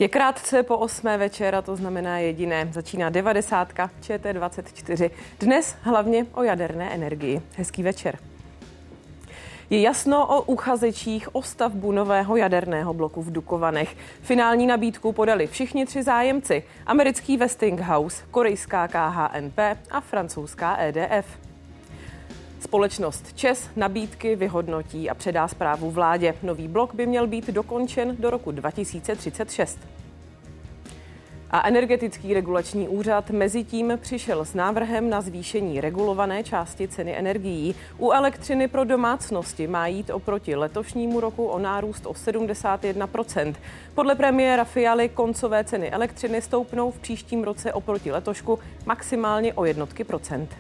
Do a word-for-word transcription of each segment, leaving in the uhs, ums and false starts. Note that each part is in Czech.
Je krátce po osmé večer a to znamená jediné. Začíná devadesátka Č T dvacet čtyři. Dnes hlavně o jaderné energii. Hezký večer. Je jasno o uchazečích o stavbu nového jaderného bloku v Dukovanech. Finální nabídku podali všichni tři zájemci. Americký Westinghouse, korejská K H N P a francouzská E D F. Společnost ČEZ nabídky vyhodnotí a předá zprávu vládě. Nový blok by měl být dokončen do roku dva tisíce třicet šest. A Energetický regulační úřad mezitím přišel s návrhem na zvýšení regulované části ceny energií. U elektřiny pro domácnosti má jít oproti letošnímu roku o nárůst o sedmdesát jedna procent. Podle premiéra Fialy koncové ceny elektřiny stoupnou v příštím roce oproti letošku maximálně o jednotky procent.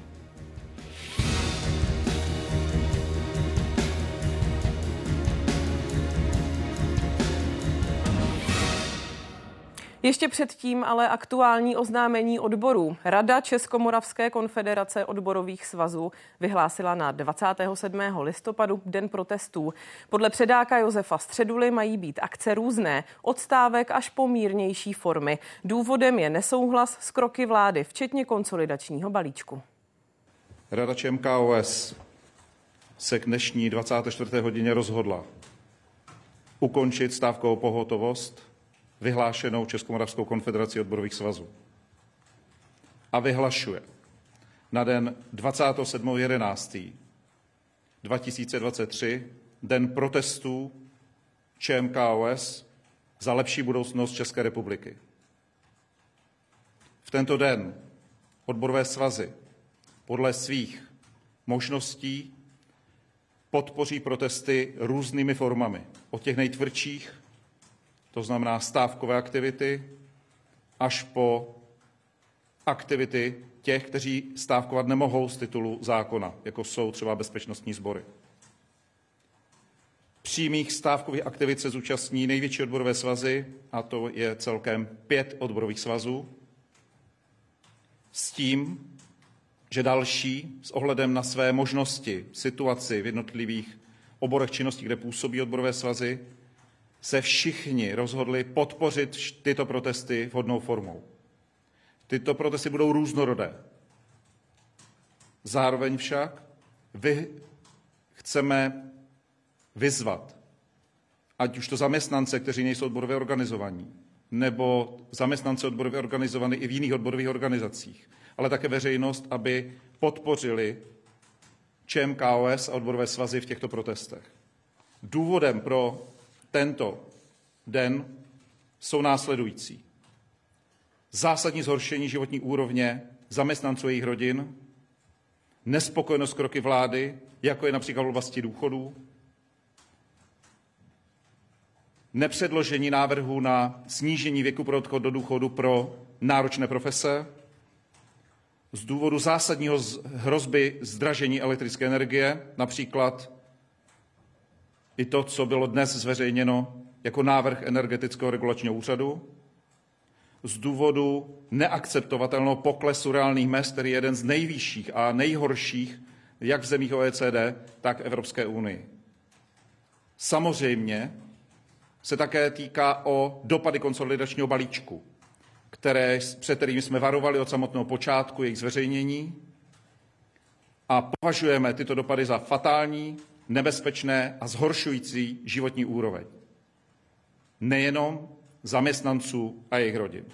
Ještě předtím ale aktuální oznámení odborů. Rada Českomoravské konfederace odborových svazů vyhlásila na dvacátého sedmého listopadu den protestů. Podle předáka Josefa Středuly mají být akce různé, od stávek až po mírnější formy. Důvodem je nesouhlas s kroky vlády, včetně konsolidačního balíčku. Rada Č M K O S se k dnešní dvacáté čtvrté hodině rozhodla ukončit stávkovou pohotovost vyhlášenou Českomoravskou konfederací odborových svazů. A vyhlašuje na den dvacátého sedmého jedenáctého dva tisíce dvacet tři den protestů Č M K O S za lepší budoucnost České republiky. V tento den odborové svazy podle svých možností podpoří protesty různými formami. Od těch nejtvrdších, to znamená stávkové aktivity, až po aktivity těch, kteří stávkovat nemohou z titulu zákona, jako jsou třeba bezpečnostní sbory. Přímých stávkových aktivit se zúčastní největší odborové svazy, a to je celkem pět odborových svazů, s tím, že další s ohledem na své možnosti, situaci v jednotlivých oborech činností, kde působí odborové svazy, se všichni rozhodli podpořit tyto protesty vhodnou formou. Tyto protesty budou různorodé. Zároveň však vy chceme vyzvat, ať už to zaměstnance, kteří nejsou odborově organizovaní, nebo zaměstnance odborově organizovaní i v jiných odborových organizacích, ale také veřejnost, aby podpořili Č M K O S a odborové svazy v těchto protestech. Důvodem pro tento den jsou následující. Zásadní zhoršení životní úrovně zaměstnanců a jejich rodin, nespokojenost s kroky vlády, jako je například v oblasti důchodů, nepředložení návrhu na snížení věku pro odchod do důchodu pro náročné profese, z důvodu zásadního hrozby zdražení elektrické energie, například i to, co bylo dnes zveřejněno jako návrh Energetického regulačního úřadu, z důvodu neakceptovatelného poklesu reálných mezd, který je jeden z nejvyšších a nejhorších jak v zemích O E C D, tak v Evropské unii. Samozřejmě se také týká o dopady konsolidačního balíčku, které, před kterými jsme varovali od samotného počátku jejich zveřejnění a považujeme tyto dopady za fatální, nebezpečné a zhoršující životní úroveň nejenom zaměstnanců a jejich rodin.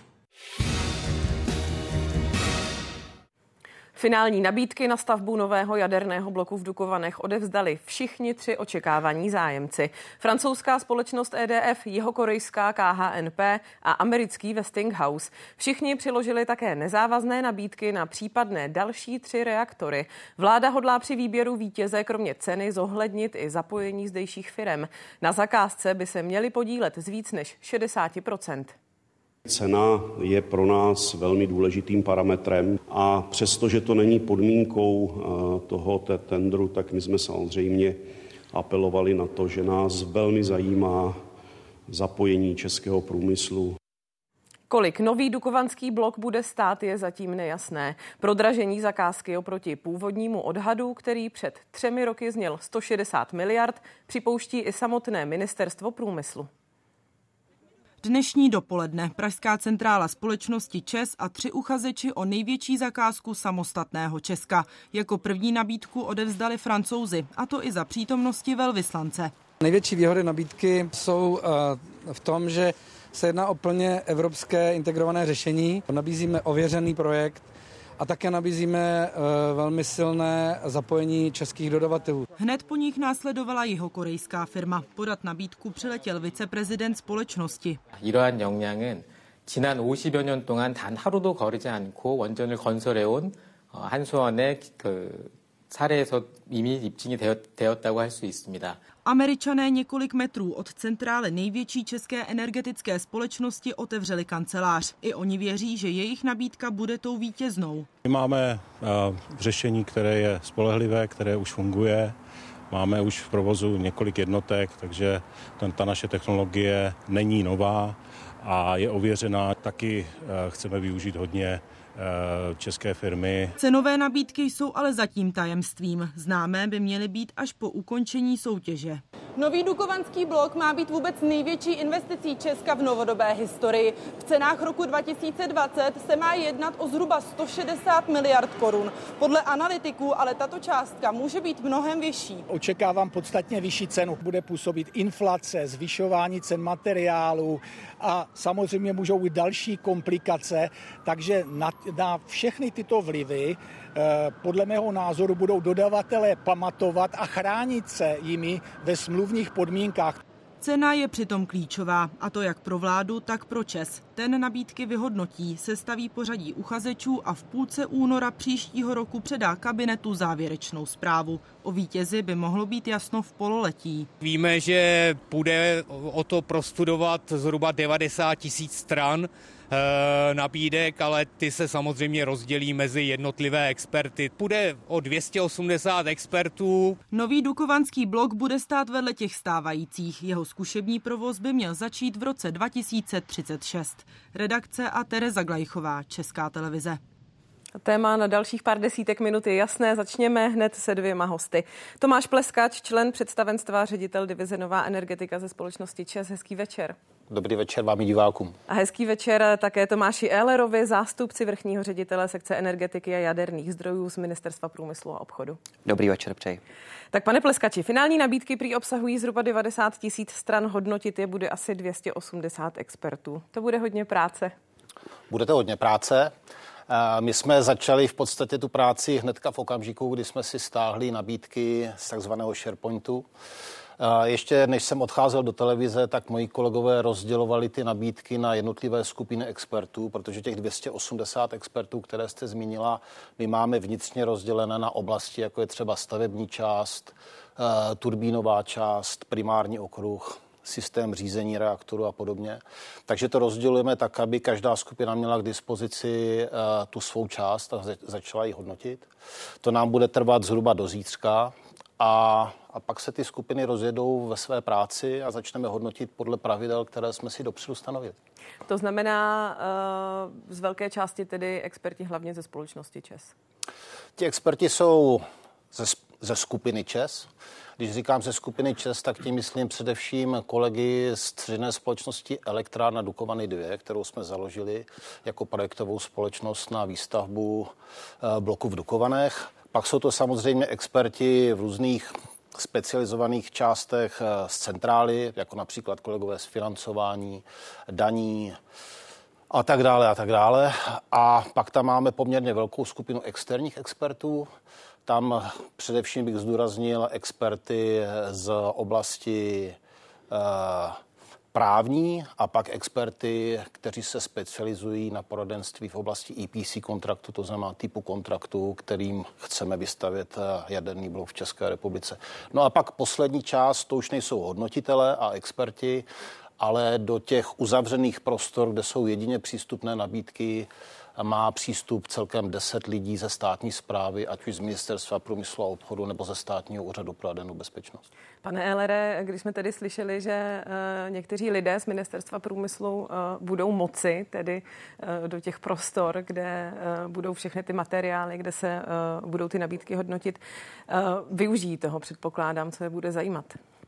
Finální nabídky na stavbu nového jaderného bloku v Dukovanech odevzdali všichni tři očekávaní zájemci. Francouzská společnost E D F, jihokorejská K H N P a americký Westinghouse. Všichni přiložili také nezávazné nabídky na případné další tři reaktory. Vláda hodlá při výběru vítěze kromě ceny zohlednit i zapojení zdejších firem. Na zakázce by se měli podílet z víc než šedesát procent. Cena je pro nás velmi důležitým parametrem a přestože to není podmínkou toho tendru, tak my jsme samozřejmě apelovali na to, že nás velmi zajímá zapojení českého průmyslu. Kolik nový dukovanský blok bude stát, je zatím nejasné. Prodražení zakázky oproti původnímu odhadu, který před třemi roky zněl sto šedesát miliard, připouští i samotné ministerstvo průmyslu. Dnešní dopoledne pražská centrála společnosti ČEZ a tři uchazeči o největší zakázku samostatného Česka. Jako první nabídku odevzdali Francouzi, a to i za přítomnosti velvyslance. Největší výhody nabídky jsou v tom, že se jedná o plně evropské integrované řešení. Nabízíme ověřený projekt a také nabízíme velmi silné zapojení českých dodavatelů. Hned po nich následovala jihokorejská firma. Podat nabídku přiletěl viceprezident společnosti. 이러한 역량은 지난 오십여 년 동안 단 하루도 거르지 않고 원전을 건설해온 한수원의 그 사례에서 이미 입증이 되었다고 할 수 있습니다. Američané několik metrů od centrály největší české energetické společnosti otevřeli kancelář. I oni věří, že jejich nabídka bude tou vítěznou. My máme uh, řešení, které je spolehlivé, které už funguje. Máme už v provozu několik jednotek, takže ten, ta naše technologie není nová a je ověřená. Taky uh, chceme využít hodně české firmy. Cenové nabídky jsou ale zatím tajemstvím. Známé by měly být až po ukončení soutěže. Nový dukovanský blok má být vůbec největší investicí Česka v novodobé historii. V cenách roku dva tisíce dvacet se má jednat o zhruba sto šedesát miliard korun. Podle analytiků ale tato částka může být mnohem vyšší. Očekávám podstatně vyšší cenu. Bude působit inflace, zvyšování cen materiálů a samozřejmě můžou být další komplikace, takže na, na všechny tyto vlivy podle mého názoru budou dodavatelé pamatovat a chránit se jimi ve smluvních podmínkách. Cena je přitom klíčová, a to jak pro vládu, tak pro ČEZ. Ten nabídky vyhodnotí, sestaví pořadí uchazečů a v půlce února příštího roku předá kabinetu závěrečnou zprávu. O vítězi by mohlo být jasno v pololetí. Víme, že půjde o to prostudovat zhruba devadesát tisíc stran nabídek, ale ty se samozřejmě rozdělí mezi jednotlivé experty. Půjde o dvě stě osmdesát expertů. Nový dukovanský blok bude stát vedle těch stávajících. Jeho zkušební provoz by měl začít v roce dva tisíce třicet šest. Redakce a Tereza Glajchová, Česká televize. Téma na dalších pár desítek minut je jasné. Začněme hned se dvěma hosty. Tomáš Pleskač, člen představenstva, ředitel divize Nová energetika ze společnosti ČEZ. Hezký večer. Dobrý večer vám i divákům. A hezký večer také Tomáši Ehlerovi, zástupci vrchního ředitele sekce energetiky a jaderných zdrojů z Ministerstva průmyslu a obchodu. Dobrý večer, přeji. Tak pane Pleskači, finální nabídky prý obsahují zhruba devadesát tisíc stran, hodnotit je bude asi dvě stě osmdesát expertů. To bude hodně práce. Bude to hodně práce. My jsme začali v podstatě tu práci hnedka v okamžiku, kdy jsme si stáhli nabídky z takzvaného SharePointu. Ještě než jsem odcházel do televize, tak moji kolegové rozdělovali ty nabídky na jednotlivé skupiny expertů, protože těch dvě stě osmdesát expertů, které jste zmínila, my máme vnitřně rozdělené na oblasti, jako je třeba stavební část, turbínová část, primární okruh, systém řízení reaktoru a podobně. Takže to rozdělujeme tak, aby každá skupina měla k dispozici uh, tu svou část a začala ji hodnotit. To nám bude trvat zhruba do zítřka a, a pak se ty skupiny rozjedou ve své práci a začneme hodnotit podle pravidel, které jsme si dopředu stanovili. To znamená uh, z velké části tedy experti hlavně ze společnosti ČEZ. Ti experti jsou ze, ze skupiny ČEZ. Když říkám ze skupiny ČEZ, tak tím myslím především kolegy z dceřiné společnosti Elektrárna Dukovany dva, kterou jsme založili jako projektovou společnost na výstavbu bloku v Dukovanech. Pak jsou to samozřejmě experti v různých specializovaných částech z centrály, jako například kolegové z financování, daní a tak dále a tak dále. A pak tam máme poměrně velkou skupinu externích expertů. Tam především bych zdůraznil experty z oblasti uh, právní a pak experty, kteří se specializují na poradenství v oblasti E P C kontraktu, to znamená typu kontraktu, kterým chceme vystavět jaderný blok v České republice. No a pak poslední část, to už nejsou hodnotitelé a experti, ale do těch uzavřených prostor, kde jsou jedině přístupné nabídky, má přístup celkem deset lidí ze státní správy, ať už z Ministerstva průmyslu a obchodu nebo ze Státního úřadu pro jadernou bezpečnost. Pane Ehlere, když jsme tedy slyšeli, že uh, někteří lidé z Ministerstva průmyslu uh, budou moci tedy uh, do těch prostor, kde uh, budou všechny ty materiály, kde se uh, budou ty nabídky hodnotit, uh, využijí toho, předpokládám, co je bude zajímat.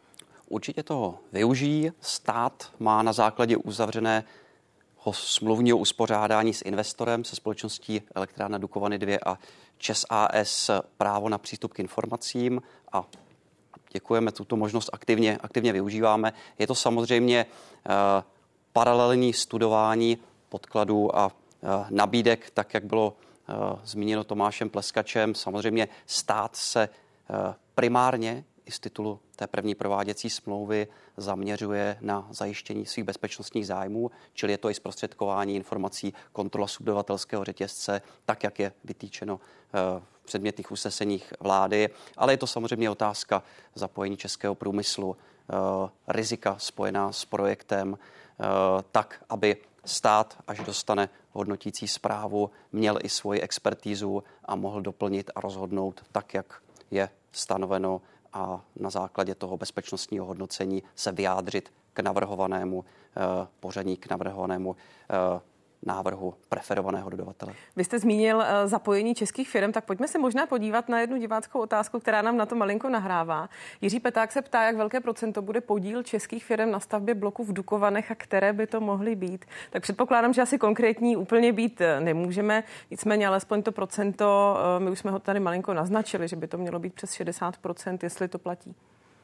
určitě toho využijí. Stát má na základě uzavřené smluvního uspořádání s investorem, se společností Elektrárna Dukovany dva a ČEZ a. s. právo na přístup k informacím a děkujeme, tuto možnost aktivně, aktivně využíváme. Je to samozřejmě uh, paralelní studování podkladů a uh, nabídek, tak jak bylo uh, zmíněno Tomášem Pleskačem. Samozřejmě stát se uh, primárně i z titulu té první prováděcí smlouvy zaměřuje na zajištění svých bezpečnostních zájmů, čili je to i zprostředkování informací, kontrola subdodavatelského řetězce, tak, jak je vytýčeno v předmětných usneseních vlády, ale je to samozřejmě otázka zapojení českého průmyslu, rizika spojená s projektem, tak, aby stát, až dostane hodnotící zprávu, měl i svoji expertízu a mohl doplnit a rozhodnout tak, jak je stanoveno a na základě toho bezpečnostního hodnocení se vyjádřit k navrhovanému eh, pořadí, k navrhovanému eh, návrhu preferovaného dodavatele. Vy jste zmínil eh, zapojení českých firm, tak pojďme se možná podívat na jednu diváckou otázku, která nám na to malinko nahrává. Jiří Peták se ptá, jak velké procento bude podíl českých firm na stavbě bloku v Dukovanech a které by to mohly být. Tak předpokládám, že asi konkrétní úplně být nemůžeme, nicméně alespoň to procento, eh, my už jsme ho tady malinko naznačili, že by to mělo být přes šedesát procent, jestli to platí.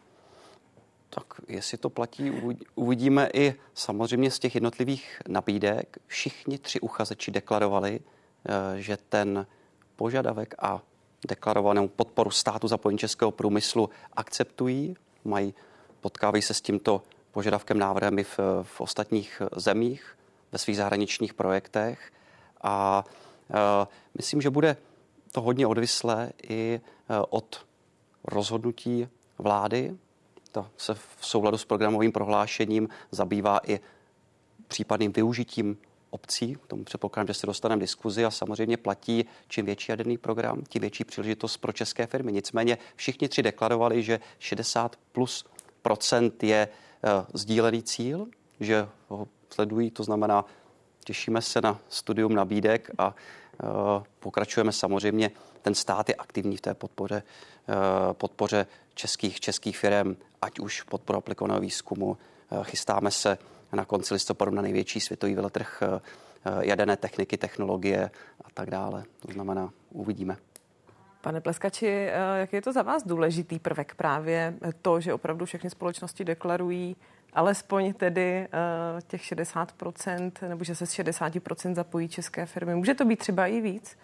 Tak jestli to platí, uvidíme i samozřejmě z těch jednotlivých nabídek. Všichni tři uchazeči deklarovali, že ten požadavek a deklarovanou podporu státu zapojení českého průmyslu akceptují, mají, potkávají se s tímto požadavkem návrhem i v, v ostatních zemích, ve svých zahraničních projektech a e, myslím, že bude to hodně odvislé i od rozhodnutí vlády. Ta se v souladu s programovým prohlášením zabývá i případným využitím obcí. K tomu předpokládám, že se dostaneme diskuzi a samozřejmě platí, čím větší jaderný program, tím větší příležitost pro české firmy. Nicméně všichni tři deklarovali, že šedesát plus procent je uh, sdílený cíl, že ho sledují, to znamená, těšíme se na studium nabídek a uh, pokračujeme samozřejmě. Ten stát je aktivní v té podpoře, uh, podpoře českých, českých firm, ať už podporu aplikovaného výzkumu. Uh, chystáme se na konci listopadu na největší světový veletrh uh, jaderné techniky, technologie a tak dále. To znamená, uvidíme. Pane Pleskači, jak je to za vás důležitý prvek právě to, že opravdu všechny společnosti deklarují alespoň tedy uh, těch šedesát procent, nebo že se z šedesát procent zapojí české firmy. Může to být třeba i víc?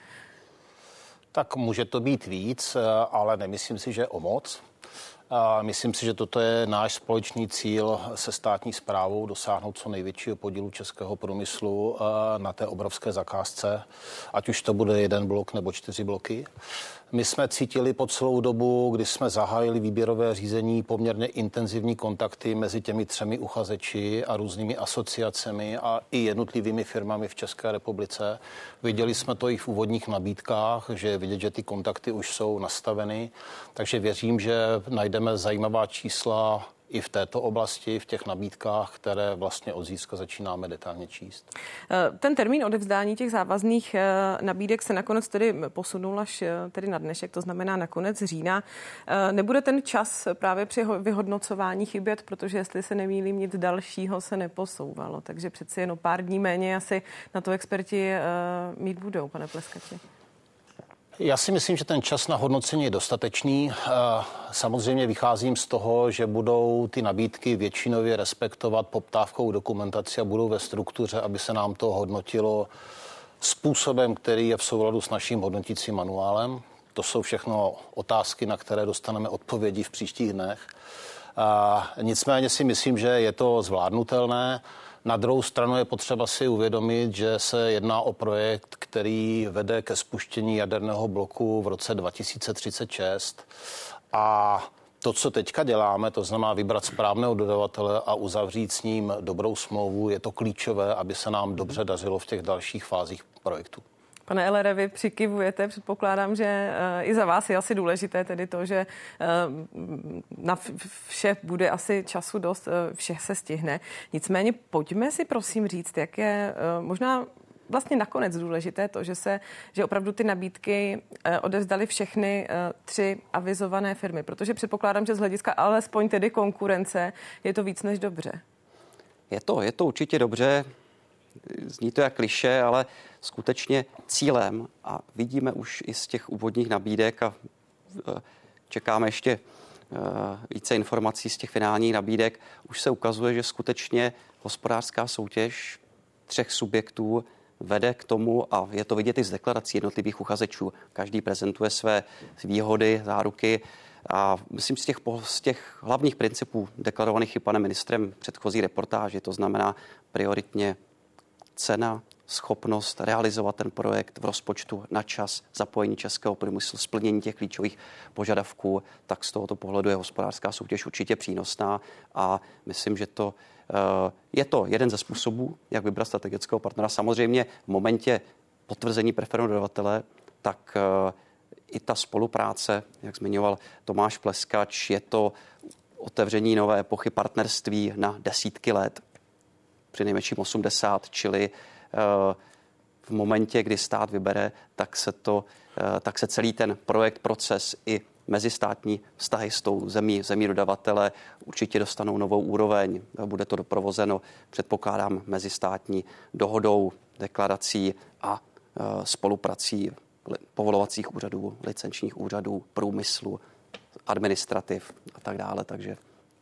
Tak může to být víc, ale nemyslím si, že o moc. Myslím si, že toto je náš společný cíl se státní správou dosáhnout co největšího podílu českého průmyslu na té obrovské zakázce, ať už to bude jeden blok nebo čtyři bloky. My jsme cítili po celou dobu, kdy jsme zahájili výběrové řízení, poměrně intenzivní kontakty mezi těmi třemi uchazeči a různými asociacemi a i jednotlivými firmami v České republice. Viděli jsme to i v úvodních nabídkách, že je vidět, že ty kontakty už jsou nastaveny, takže věřím, že najdeme zajímavá čísla i v této oblasti, v těch nabídkách, které vlastně od zítřka začínáme detailně číst. Ten termín odevzdání těch závazných nabídek se nakonec tedy posunul až tedy na dnešek, to znamená na konec října. Nebude ten čas právě při vyhodnocování chybět, protože jestli se nemýlím, nic dalšího se neposouvalo, takže přeci jen o pár dní méně asi na to experti mít budou, pane Pleskači. Já si myslím, že ten čas na hodnocení je dostatečný. Samozřejmě vycházím z toho, že budou ty nabídky většinově respektovat poptávkovou dokumentaci a budou ve struktuře, aby se nám to hodnotilo způsobem, který je v souladu s naším hodnotícím manuálem. To jsou všechno otázky, na které dostaneme odpovědi v příštích dnech. Nicméně si myslím, že je to zvládnutelné. Na druhou stranu je potřeba si uvědomit, že se jedná o projekt, který vede ke spuštění jaderného bloku v roce dva tisíce třicet šest a to, co teďka děláme, to znamená vybrat správného dodavatele a uzavřít s ním dobrou smlouvu, je to klíčové, aby se nám dobře dařilo v těch dalších fázích projektu. Pane Ellere, vy přikivujete, předpokládám, že uh, i za vás je asi důležité tedy to, že uh, na vše bude asi času dost, uh, vše se stihne. Nicméně pojďme si prosím říct, jak je uh, možná vlastně nakonec důležité to, že se, že opravdu ty nabídky odevzdaly všechny tři avizované firmy, protože předpokládám, že z hlediska alespoň tedy konkurence je to víc než dobře. Je to, je to určitě dobře. Zní to jak klišé, ale skutečně cílem, a vidíme už i z těch úvodních nabídek a čekáme ještě více informací z těch finálních nabídek, už se ukazuje, že skutečně hospodářská soutěž třech subjektů vede k tomu, a je to vidět i z deklarací jednotlivých uchazečů. Každý prezentuje své výhody, záruky a myslím z těch, z těch hlavních principů deklarovaných i panem ministrem předchozí reportáži, to znamená prioritně cena, schopnost realizovat ten projekt v rozpočtu na čas, zapojení českého průmyslu, splnění těch klíčových požadavků, tak z tohoto pohledu je hospodářská soutěž určitě přínosná a myslím, že to je to jeden ze způsobů, jak vybrat strategického partnera. Samozřejmě v momentě potvrzení preferovaného dodavatele, tak i ta spolupráce, jak zmiňoval Tomáš Pleskač, je to otevření nové epochy partnerství na desítky let, při nejmenším osmdesát, čili v momentě, kdy stát vybere, tak se, to, tak se celý ten projekt, proces i mezistátní vztahy s tou zemí, zemí dodavatele určitě dostanou novou úroveň. Bude to doprovozeno, předpokládám, mezistátní dohodou, deklarací a spoluprací povolovacích úřadů, licenčních úřadů, průmyslu, administrativ a tak dále. Takže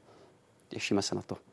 těšíme se na to.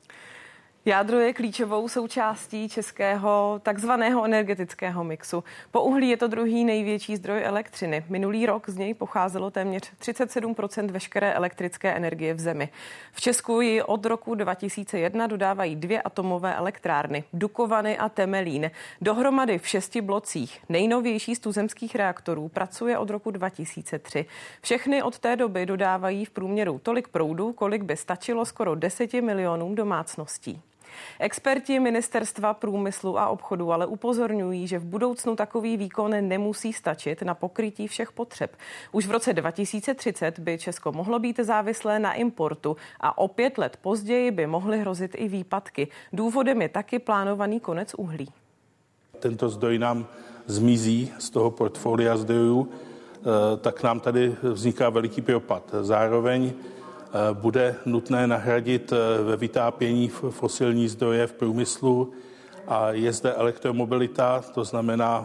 Jádro je klíčovou součástí českého takzvaného energetického mixu. Po uhlí je to druhý největší zdroj elektřiny. Minulý rok z něj pocházelo téměř třicet sedm procent veškeré elektrické energie v zemi. V Česku ji od roku dva tisíce jedna dodávají dvě atomové elektrárny, Dukovany a Temelín. Dohromady v šesti blocích. Nejnovější z tuzemských reaktorů pracuje od roku dva tisíce tři. Všechny od té doby dodávají v průměru tolik proudu, kolik by stačilo skoro deseti milionům domácností. Experti Ministerstva průmyslu a obchodu ale upozorňují, že v budoucnu takový výkon nemusí stačit na pokrytí všech potřeb. Už v roce dva tisíce třicet by Česko mohlo být závislé na importu a o pět let později by mohly hrozit i výpadky. Důvodem je taky plánovaný konec uhlí. Tento zdroj nám zmizí z toho portfolia zdrojů, tak nám tady vzniká veliký propad. Zároveň bude nutné nahradit ve vytápění fosilní zdroje v průmyslu a je zde elektromobilita, to znamená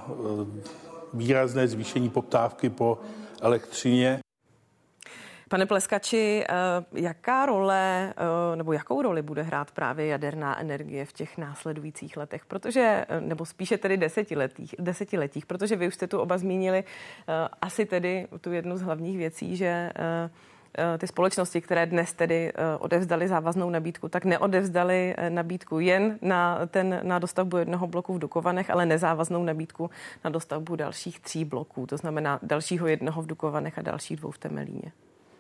výrazné zvýšení poptávky po elektřině. Pane Pleskači, jaká role nebo jakou roli bude hrát právě jaderná energie v těch následujících letech? Protože, nebo spíše tedy desetiletích, desetiletích, protože vy už jste tu oba zmínili asi tedy tu jednu z hlavních věcí, že ty společnosti, které dnes tedy odevzdaly závaznou nabídku, tak neodevzdaly nabídku jen na, ten, na dostavbu jednoho bloku v Dukovanech, ale nezávaznou nabídku na dostavbu dalších tří bloků, to znamená dalšího jednoho v Dukovanech a dalších dvou v Temelíně.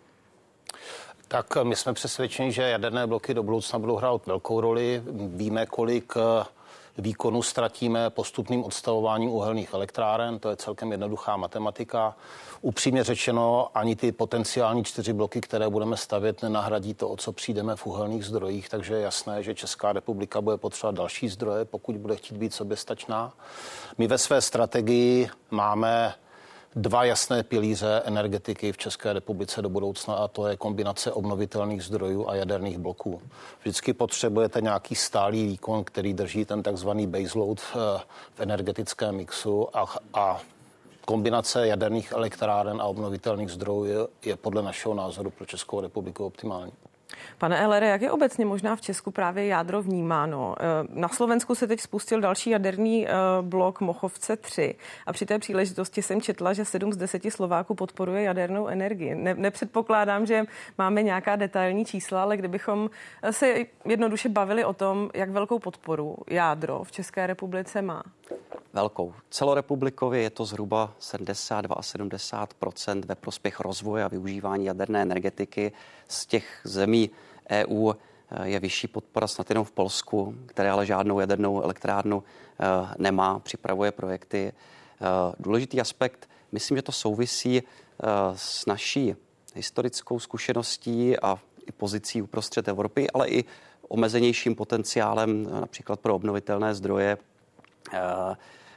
Tak my jsme přesvědčeni, že jaderné bloky do budoucna budou hrát velkou roli. Víme, kolik výkonu ztratíme postupným odstavováním uhelných elektráren, to je celkem jednoduchá matematika. Upřímně řečeno, ani ty potenciální čtyři bloky, které budeme stavět, nenahradí to, o co přijdeme v uhelných zdrojích, takže je jasné, že Česká republika bude potřebovat další zdroje, pokud bude chtít být soběstačná. My ve své strategii máme dva jasné pilíře energetiky v České republice do budoucna a to je kombinace obnovitelných zdrojů a jaderných bloků. Vždycky potřebujete nějaký stálý výkon, který drží ten takzvaný baseload v, v energetickém mixu a, a kombinace jaderných elektráren a obnovitelných zdrojů je, je podle našeho názoru pro Českou republiku optimální. Pane Ehlere, jak je obecně možná v Česku právě jádro vnímáno? Na Slovensku se teď spustil další jaderný blok Mochovce tři a při té příležitosti jsem četla, že sedm z deseti Slováků podporuje jadernou energii. Ne, nepředpokládám, že máme nějaká detailní čísla, ale kdybychom se jednoduše bavili o tom, jak velkou podporu jádro v České republice má. Velkou. Celorepublikově je to zhruba sedmdesát dva až sedmdesát procent ve prospěch rozvoje a využívání jaderné energetiky. Z těch zemí E U je vyšší podpora snad jenom v Polsku, které ale žádnou jadernou elektrárnu nemá, připravuje projekty. Důležitý aspekt, myslím, že to souvisí s naší historickou zkušeností a i pozicí uprostřed Evropy, ale i omezenějším potenciálem například pro obnovitelné zdroje.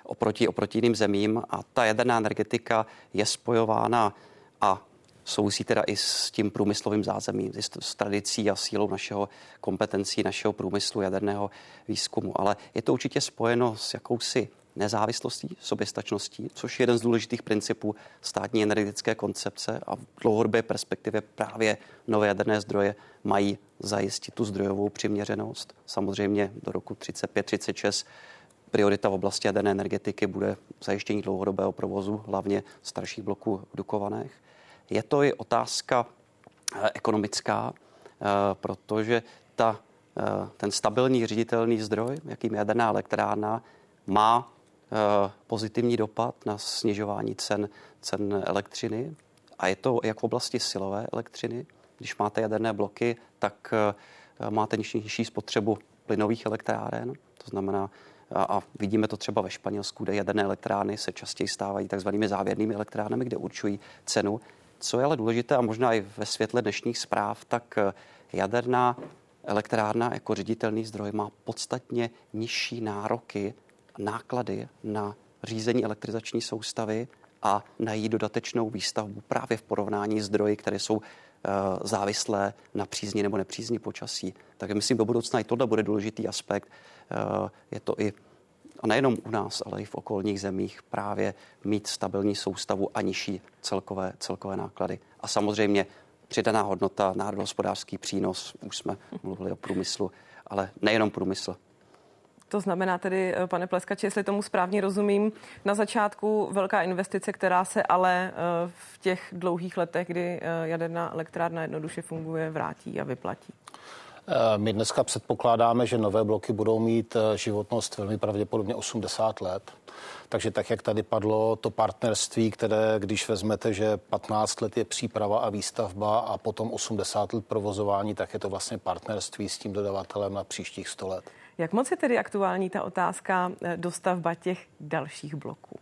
oproti, oproti jiným zemím a ta jaderná energetika je spojována a souvisí teda i s tím průmyslovým zázemím, s tradicí a sílou našeho kompetencí, našeho průmyslu, jaderného výzkumu. Ale je to určitě spojeno s jakousi nezávislostí, soběstačností, což je jeden z důležitých principů státní energetické koncepce a v dlouhodobé perspektivě právě nové jaderné zdroje mají zajistit tu zdrojovou přiměřenost. Samozřejmě do roku třicet pět třicet šest priorita v oblasti jaderné energetiky bude zajištění dlouhodobého provozu, hlavně starších bloků v Dukovanech. Je to i otázka ekonomická, protože ta, ten stabilní řiditelný zdroj, jakým je jaderná elektrárna, má pozitivní dopad na snižování cen, cen elektřiny. A je to jak v oblasti silové elektřiny. Když máte jaderné bloky, tak máte nižší, nižší spotřebu plynových elektráren. To znamená, a, a vidíme to třeba ve Španělsku, kde jaderné elektrárny se častěji stávají takzvanými závěrnými elektrárnami, kde určují cenu. Co je ale důležité a možná i ve světle dnešních zpráv, tak jaderná elektrárna jako ředitelný zdroj má podstatně nižší nároky, náklady na řízení elektrizační soustavy a na její dodatečnou výstavbu právě v porovnání zdroji, které jsou uh, závislé na přízni nebo nepřízni počasí. Takže myslím, do budoucna i tohle bude důležitý aspekt. Uh, je to i a nejenom u nás, ale i v okolních zemích právě mít stabilní soustavu a nižší celkové, celkové náklady. A samozřejmě přidaná hodnota, národohospodářský přínos, už jsme mluvili o průmyslu, ale nejenom průmysl. To znamená tedy, pane Pleskači, jestli tomu správně rozumím, na začátku velká investice, která se ale v těch dlouhých letech, kdy jaderná elektrárna jednoduše funguje, vrátí a vyplatí. My dneska předpokládáme, že nové bloky budou mít životnost velmi pravděpodobně osmdesát let. Takže tak, jak tady padlo, to partnerství, které, když vezmete, že patnáct let je příprava a výstavba a potom osmdesát let provozování, tak je to vlastně partnerství s tím dodavatelem na příštích sto let. Jak moc je tedy aktuální ta otázka dostavba těch dalších bloků?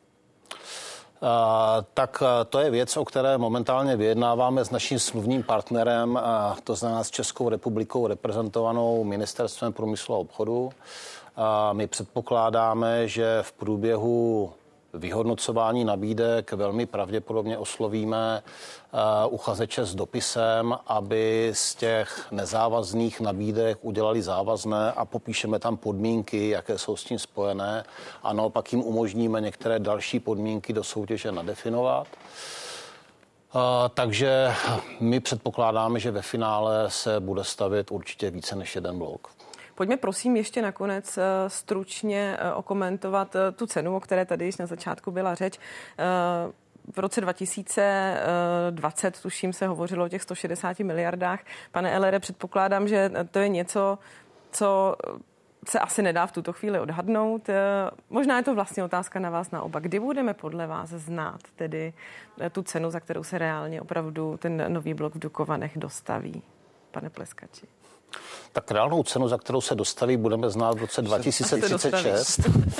Uh, tak uh, to je věc, o které momentálně vyjednáváme s naším smluvním partnerem, uh, to znamená s Českou republikou reprezentovanou Ministerstvem průmyslu a obchodu. Uh, my předpokládáme, že v průběhu vyhodnocování nabídek velmi pravděpodobně oslovíme uh, uchazeče s dopisem, aby z těch nezávazných nabídek udělali závazné a popíšeme tam podmínky, jaké jsou s tím spojené a naopak jim umožníme některé další podmínky do soutěže nadefinovat. Uh, takže my předpokládáme, že ve finále se bude stavět určitě více než jeden blok. Pojďme prosím ještě nakonec stručně okomentovat tu cenu, o které tady již na začátku byla řeč. V roce dva tisíce dvacet, tuším, se hovořilo o těch sto šedesáti miliardách. Pane Ellere, předpokládám, že to je něco, co se asi nedá v tuto chvíli odhadnout. Možná je to vlastně otázka na vás na oba. Kdy budeme podle vás znát tedy tu cenu, za kterou se reálně opravdu ten nový blok v Dukovanech dostaví? Pane Pleskači. Tak reálnou cenu, za kterou se dostaví, budeme znát v roce dva tisíce třicet šest.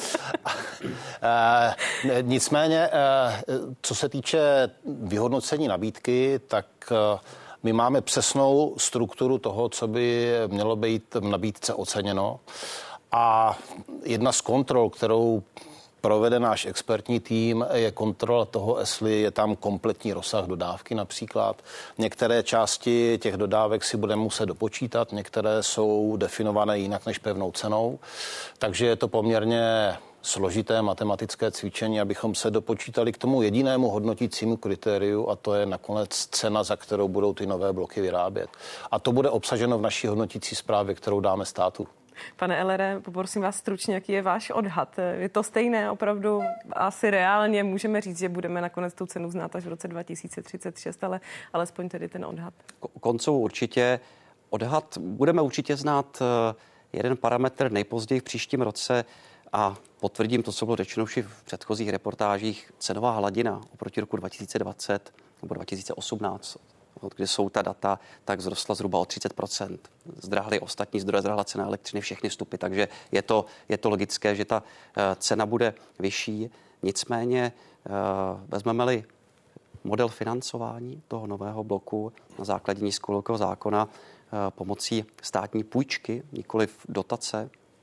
e, nicméně, e, co se týče vyhodnocení nabídky, tak e, my máme přesnou strukturu toho, co by mělo být v nabídce oceněno. A jedna z kontrol, kterou provede náš expertní tým, je kontrola toho, jestli je tam kompletní rozsah dodávky například. Některé části těch dodávek si budeme muset dopočítat, některé jsou definované jinak než pevnou cenou. Takže je to poměrně složité matematické cvičení, abychom se dopočítali k tomu jedinému hodnotícímu kritériu, a to je nakonec cena, za kterou budou ty nové bloky vyrábět. A to bude obsaženo v naší hodnotící zprávě, kterou dáme státu. Pane Ellere, poprosím vás stručně, jaký je váš odhad? Je to stejné opravdu? Asi reálně můžeme říct, že budeme nakonec tu cenu znát až v roce dva tisíce třicet šest, ale alespoň tedy ten odhad. Konců určitě odhad. Budeme určitě znát jeden parametr nejpozději v příštím roce a potvrdím to, co bylo řečeno už v předchozích reportážích. Cenová hladina oproti roku dva tisíce dvacet nebo dva tisíce osmnáct, kde jsou ta data, tak vzrostla zhruba o třicet procent. Zdrahly ostatní zdroje, zdrahla cena elektřiny, všechny vstupy, takže je to, je to logické, že ta cena bude vyšší. Nicméně vezmeme-li model financování toho nového bloku na základě nízkovolkového zákona pomocí státní půjčky, nikoliv dotace,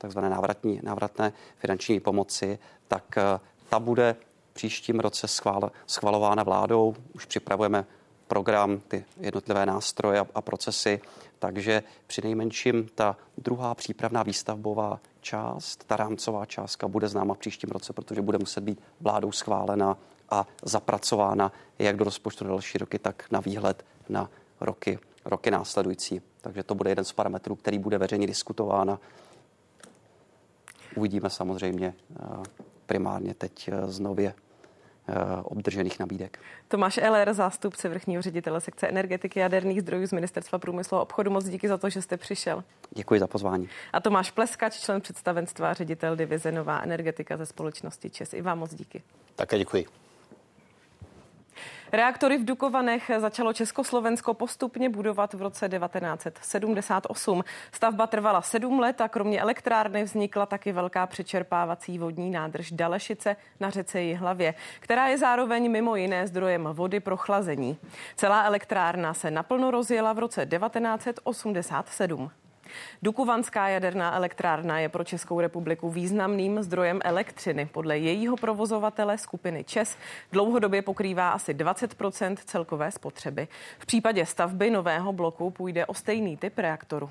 takzvané návratní, návratné finanční pomoci, tak ta bude příštím roce schvál, schvalována vládou. Už připravujeme program, ty jednotlivé nástroje a, a procesy, takže přinejmenším ta druhá přípravná výstavbová část, ta rámcová částka bude známa v příštím roce, protože bude muset být vládou schválena a zapracována jak do rozpočtu na další roky, tak na výhled na roky, roky následující. Takže to bude jeden z parametrů, který bude veřejně diskutován a uvidíme samozřejmě primárně teď z nově obdržených nabídek. Tomáš Eller, zástupce vrchního ředitele sekce energetiky jaderných zdrojů z Ministerstva průmyslu a obchodu. Moc díky za to, že jste přišel. Děkuji za pozvání. A Tomáš Pleskač, člen představenstva a ředitel divize Nová energetika ze společnosti ČEZ. I vám moc díky. Také děkuji. Reaktory v Dukovanech začalo Československo postupně budovat v roce devatenáct set sedmdesát osm. Stavba trvala sedm let a kromě elektrárny vznikla taky velká přečerpávací vodní nádrž Dalešice na řece Jihlavě, která je zároveň mimo jiné zdrojem vody pro chlazení. Celá elektrárna se naplno rozjela v roce devatenáct set osmdesát sedm. Dukovanská jaderná elektrárna je pro Českou republiku významným zdrojem elektřiny. Podle jejího provozovatele skupiny ČEZ dlouhodobě pokrývá asi dvacet procent celkové spotřeby. V případě stavby nového bloku půjde o stejný typ reaktoru.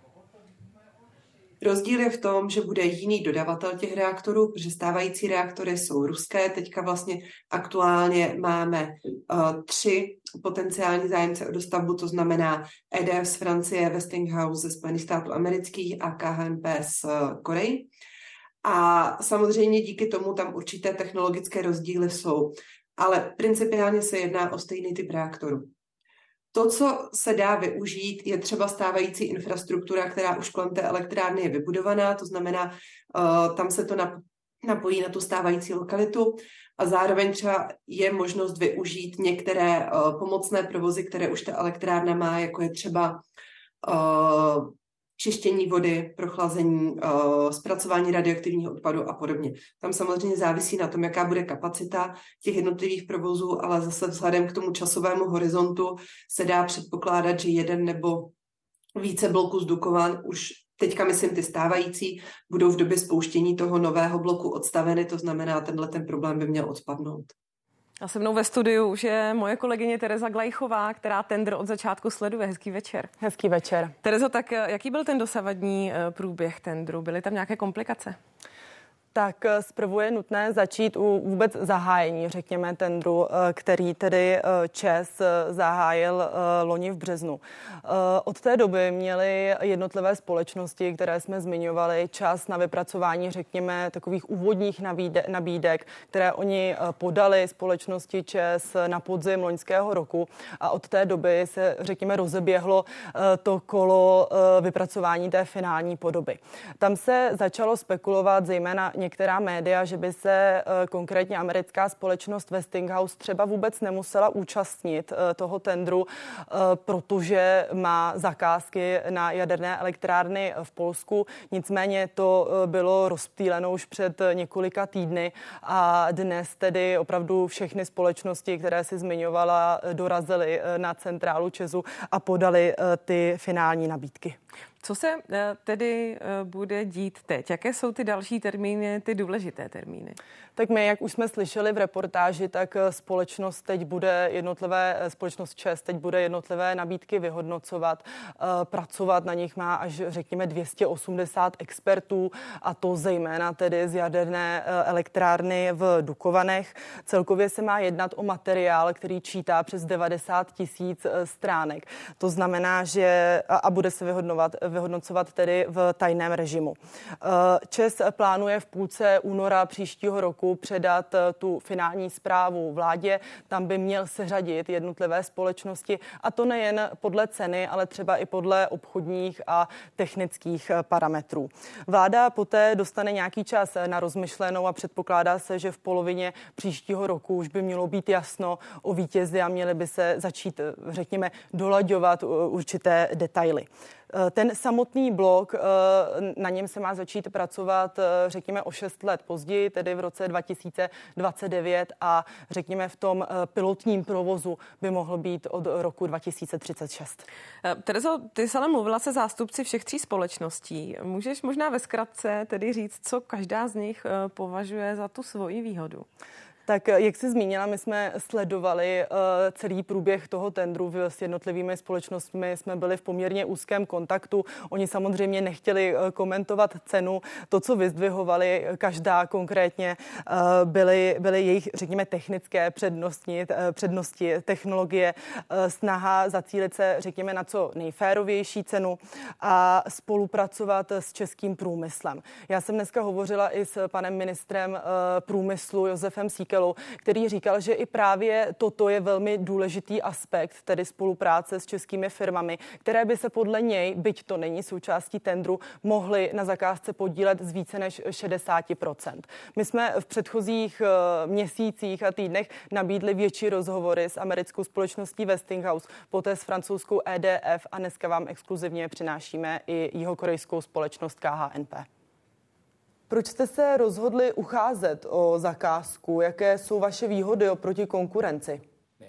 Rozdíl je v tom, že bude jiný dodavatel těch reaktorů, protože stávající reaktory jsou ruské. Teďka vlastně aktuálně máme uh, tři potenciální zájemce o dostavbu, to znamená E D F z Francie, Westinghouse ze Spojených států amerických a K H N P z uh, Koreji. A samozřejmě díky tomu tam určité technologické rozdíly jsou, ale principiálně se jedná o stejný typ reaktoru. To, co se dá využít, je třeba stávající infrastruktura, která už kolem té elektrárny je vybudovaná, to znamená, uh, tam se to napojí na tu stávající lokalitu a zároveň třeba je možnost využít některé uh, pomocné provozy, které už ta elektrárna má, jako je třeba uh, čištění vody, prochlazení, uh, zpracování radioaktivního odpadu a podobně. Tam samozřejmě závisí na tom, jaká bude kapacita těch jednotlivých provozů, ale zase vzhledem k tomu časovému horizontu se dá předpokládat, že jeden nebo více bloků z Dukovan už teďka, myslím, ty stávající, budou v době spouštění toho nového bloku odstaveny, to znamená, tenhle ten problém by měl odpadnout. A se mnou ve studiu už je moje kolegyně Tereza Glajchová, která tendr od začátku sleduje. Hezký večer. Hezký večer. Terezo, tak jaký byl ten dosavadní průběh tendru? Byly tam nějaké komplikace? Tak zprvu je nutné začít u vůbec zahájení, řekněme, tendru, který tedy ČEZ zahájil loni v březnu. Od té doby měly jednotlivé společnosti, které jsme zmiňovali, čas na vypracování, řekněme, takových úvodních nabídek, které oni podali společnosti ČEZ na podzim loňského roku a od té doby se, řekněme, rozeběhlo to kolo vypracování té finální podoby. Tam se začalo spekulovat zejména některá média, že by se konkrétně americká společnost Westinghouse třeba vůbec nemusela účastnit toho tendru, protože má zakázky na jaderné elektrárny v Polsku. Nicméně to bylo rozptýleno už před několika týdny a dnes tedy opravdu všechny společnosti, které si zmiňovala, dorazily na centrálu ČEZu a podali ty finální nabídky. Co se tedy bude dít teď? Jaké jsou ty další termíny, ty důležité termíny? Tak my, jak už jsme slyšeli v reportáži, tak společnost teď bude jednotlivé, společnost ČEZ teď bude jednotlivé nabídky vyhodnocovat. Pracovat na nich má až, řekněme, dvě stě osmdesát expertů a to zejména tedy z jaderné elektrárny v Dukovanech. Celkově se má jednat o materiál, který čítá přes devadesát tisíc stránek. To znamená, že a bude se vyhodnovat, vyhodnocovat tedy v tajném režimu. ČEZ plánuje v půlce února příštího roku předat tu finální zprávu vládě. Tam by měl seřadit jednotlivé společnosti a to nejen podle ceny, ale třeba i podle obchodních a technických parametrů. Vláda poté dostane nějaký čas na rozmyšlenou a předpokládá se, že v polovině příštího roku už by mělo být jasno o vítězi a měly by se začít, řekněme, dolaďovat určité detaily. Ten samotný blok, na něm se má začít pracovat, řekněme, o šest let později, tedy v roce dva tisíce dvacet devět a řekněme v tom pilotním provozu by mohl být od roku dva tisíce třicet šest. Terezo, ty jsi ale mluvila se zástupci všech tří společností. Můžeš možná ve zkratce tedy říct, co každá z nich považuje za tu svoji výhodu? Tak jak jsi zmínila, my jsme sledovali uh, celý průběh toho tendru s jednotlivými společnostmi, jsme byli v poměrně úzkém kontaktu. Oni samozřejmě nechtěli uh, komentovat cenu. To, co vyzdvihovali, každá konkrétně uh, byly, byly jejich, řekněme, technické přednosti, uh, přednosti technologie, uh, snaha zacílit se, řekněme, na co nejférovější cenu a spolupracovat s českým průmyslem. Já jsem dneska hovořila i s panem ministrem uh, průmyslu Josefem Síkelou, který říkal, že i právě toto je velmi důležitý aspekt, tedy spolupráce s českými firmami, které by se podle něj, byť to není součástí tendru, mohly na zakázce podílet z více než šedesát procent. My jsme v předchozích měsících a týdnech nabídli větší rozhovory s americkou společností Westinghouse, poté s francouzskou E D F a dneska vám exkluzivně přinášíme i jihokorejskou společnost K H N P. Proč jste se rozhodli ucházet o zakázku? Jaké jsou vaše výhody oproti konkurenci?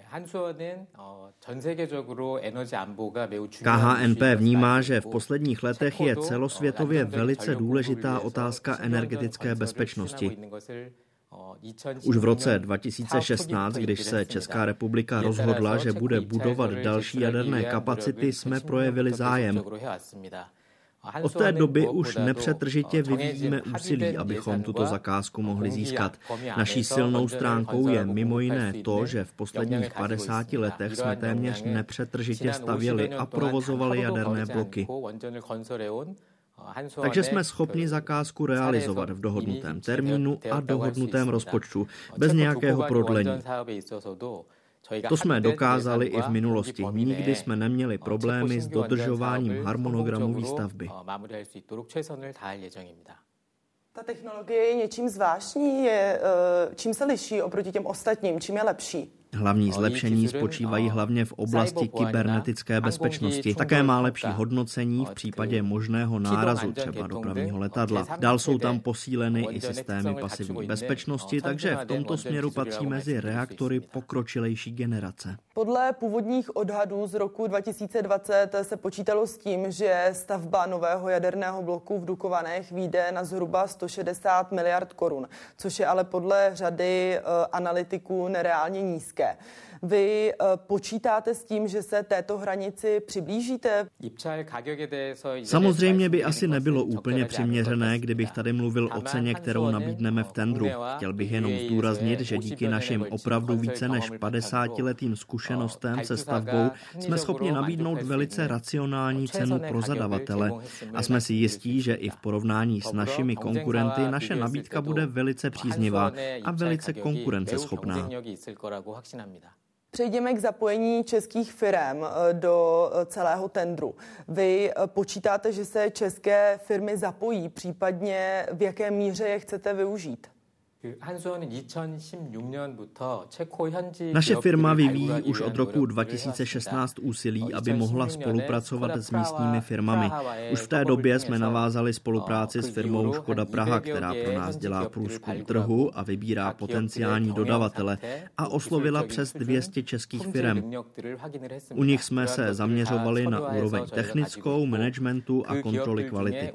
K H N P vnímá, že v posledních letech je celosvětově velice důležitá otázka energetické bezpečnosti. Už v roce dva tisíce šestnáct, když se Česká republika rozhodla, že bude budovat další jaderné kapacity, jsme projevili zájem. Od té doby už nepřetržitě vyvíjíme úsilí, abychom tuto zakázku mohli získat. Naší silnou stránkou je mimo jiné to, že v posledních padesáti letech jsme téměř nepřetržitě stavěli a provozovali jaderné bloky. Takže jsme schopni zakázku realizovat v dohodnutém termínu a dohodnutém rozpočtu, bez nějakého prodlení. To jsme dokázali i v minulosti. Nikdy jsme neměli problémy s dodržováním harmonogramu výstavby. Ta technologie je něčím zvláštní, je, čím se liší oproti těm ostatním, čím je lepší? Hlavní zlepšení spočívají hlavně v oblasti kybernetické bezpečnosti. Také má lepší hodnocení v případě možného nárazu třeba dopravního letadla. Dál jsou tam posíleny i systémy pasivní bezpečnosti, takže v tomto směru patří mezi reaktory pokročilejší generace. Podle původních odhadů z roku dva tisíce dvacet se počítalo s tím, že stavba nového jaderného bloku v Dukovanech vyjde na zhruba sto šedesát miliard korun, což je ale podle řady analytiků nereálně nízké. Vy uh, počítáte s tím, že se této hranici přiblížíte? Samozřejmě by asi nebylo úplně přiměřené, kdybych tady mluvil o ceně, kterou nabídneme v tendru. Chtěl bych jenom zdůraznit, že díky našim opravdu více než padesátiletým zkušenostem se stavbou jsme schopni nabídnout velice racionální cenu pro zadavatele a jsme si jistí, že i v porovnání s našimi konkurenty naše nabídka bude velice příznivá a velice konkurenceschopná. Přejdeme k zapojení českých firem do celého tendru. Vy počítáte, že se české firmy zapojí, případně v jaké míře je chcete využít? Naše firma vyvíjí už od roku dva tisíce šestnáct úsilí, aby mohla spolupracovat s místními firmami. Už v té době jsme navázali spolupráci s firmou Škoda Praha, která pro nás dělá průzkum trhu a vybírá potenciální dodavatele, a oslovila přes dvě stě českých firem. U nich jsme se zaměřovali na úroveň technickou, managementu a kontroly kvality.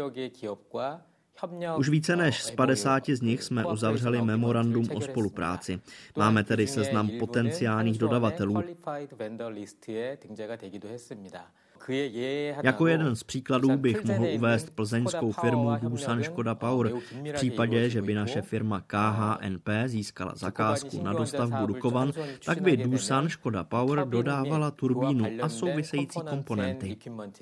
Už více než z padesáti z nich jsme uzavřeli memorandum o spolupráci. Máme tedy seznam potenciálních dodavatelů. Jako jeden z příkladů bych mohl uvést plzeňskou firmu Doosan Škoda Power. V případě, že by naše firma K H N P získala zakázku na dostavbu Dukovan, tak by Doosan Škoda Power dodávala turbínu a související komponenty.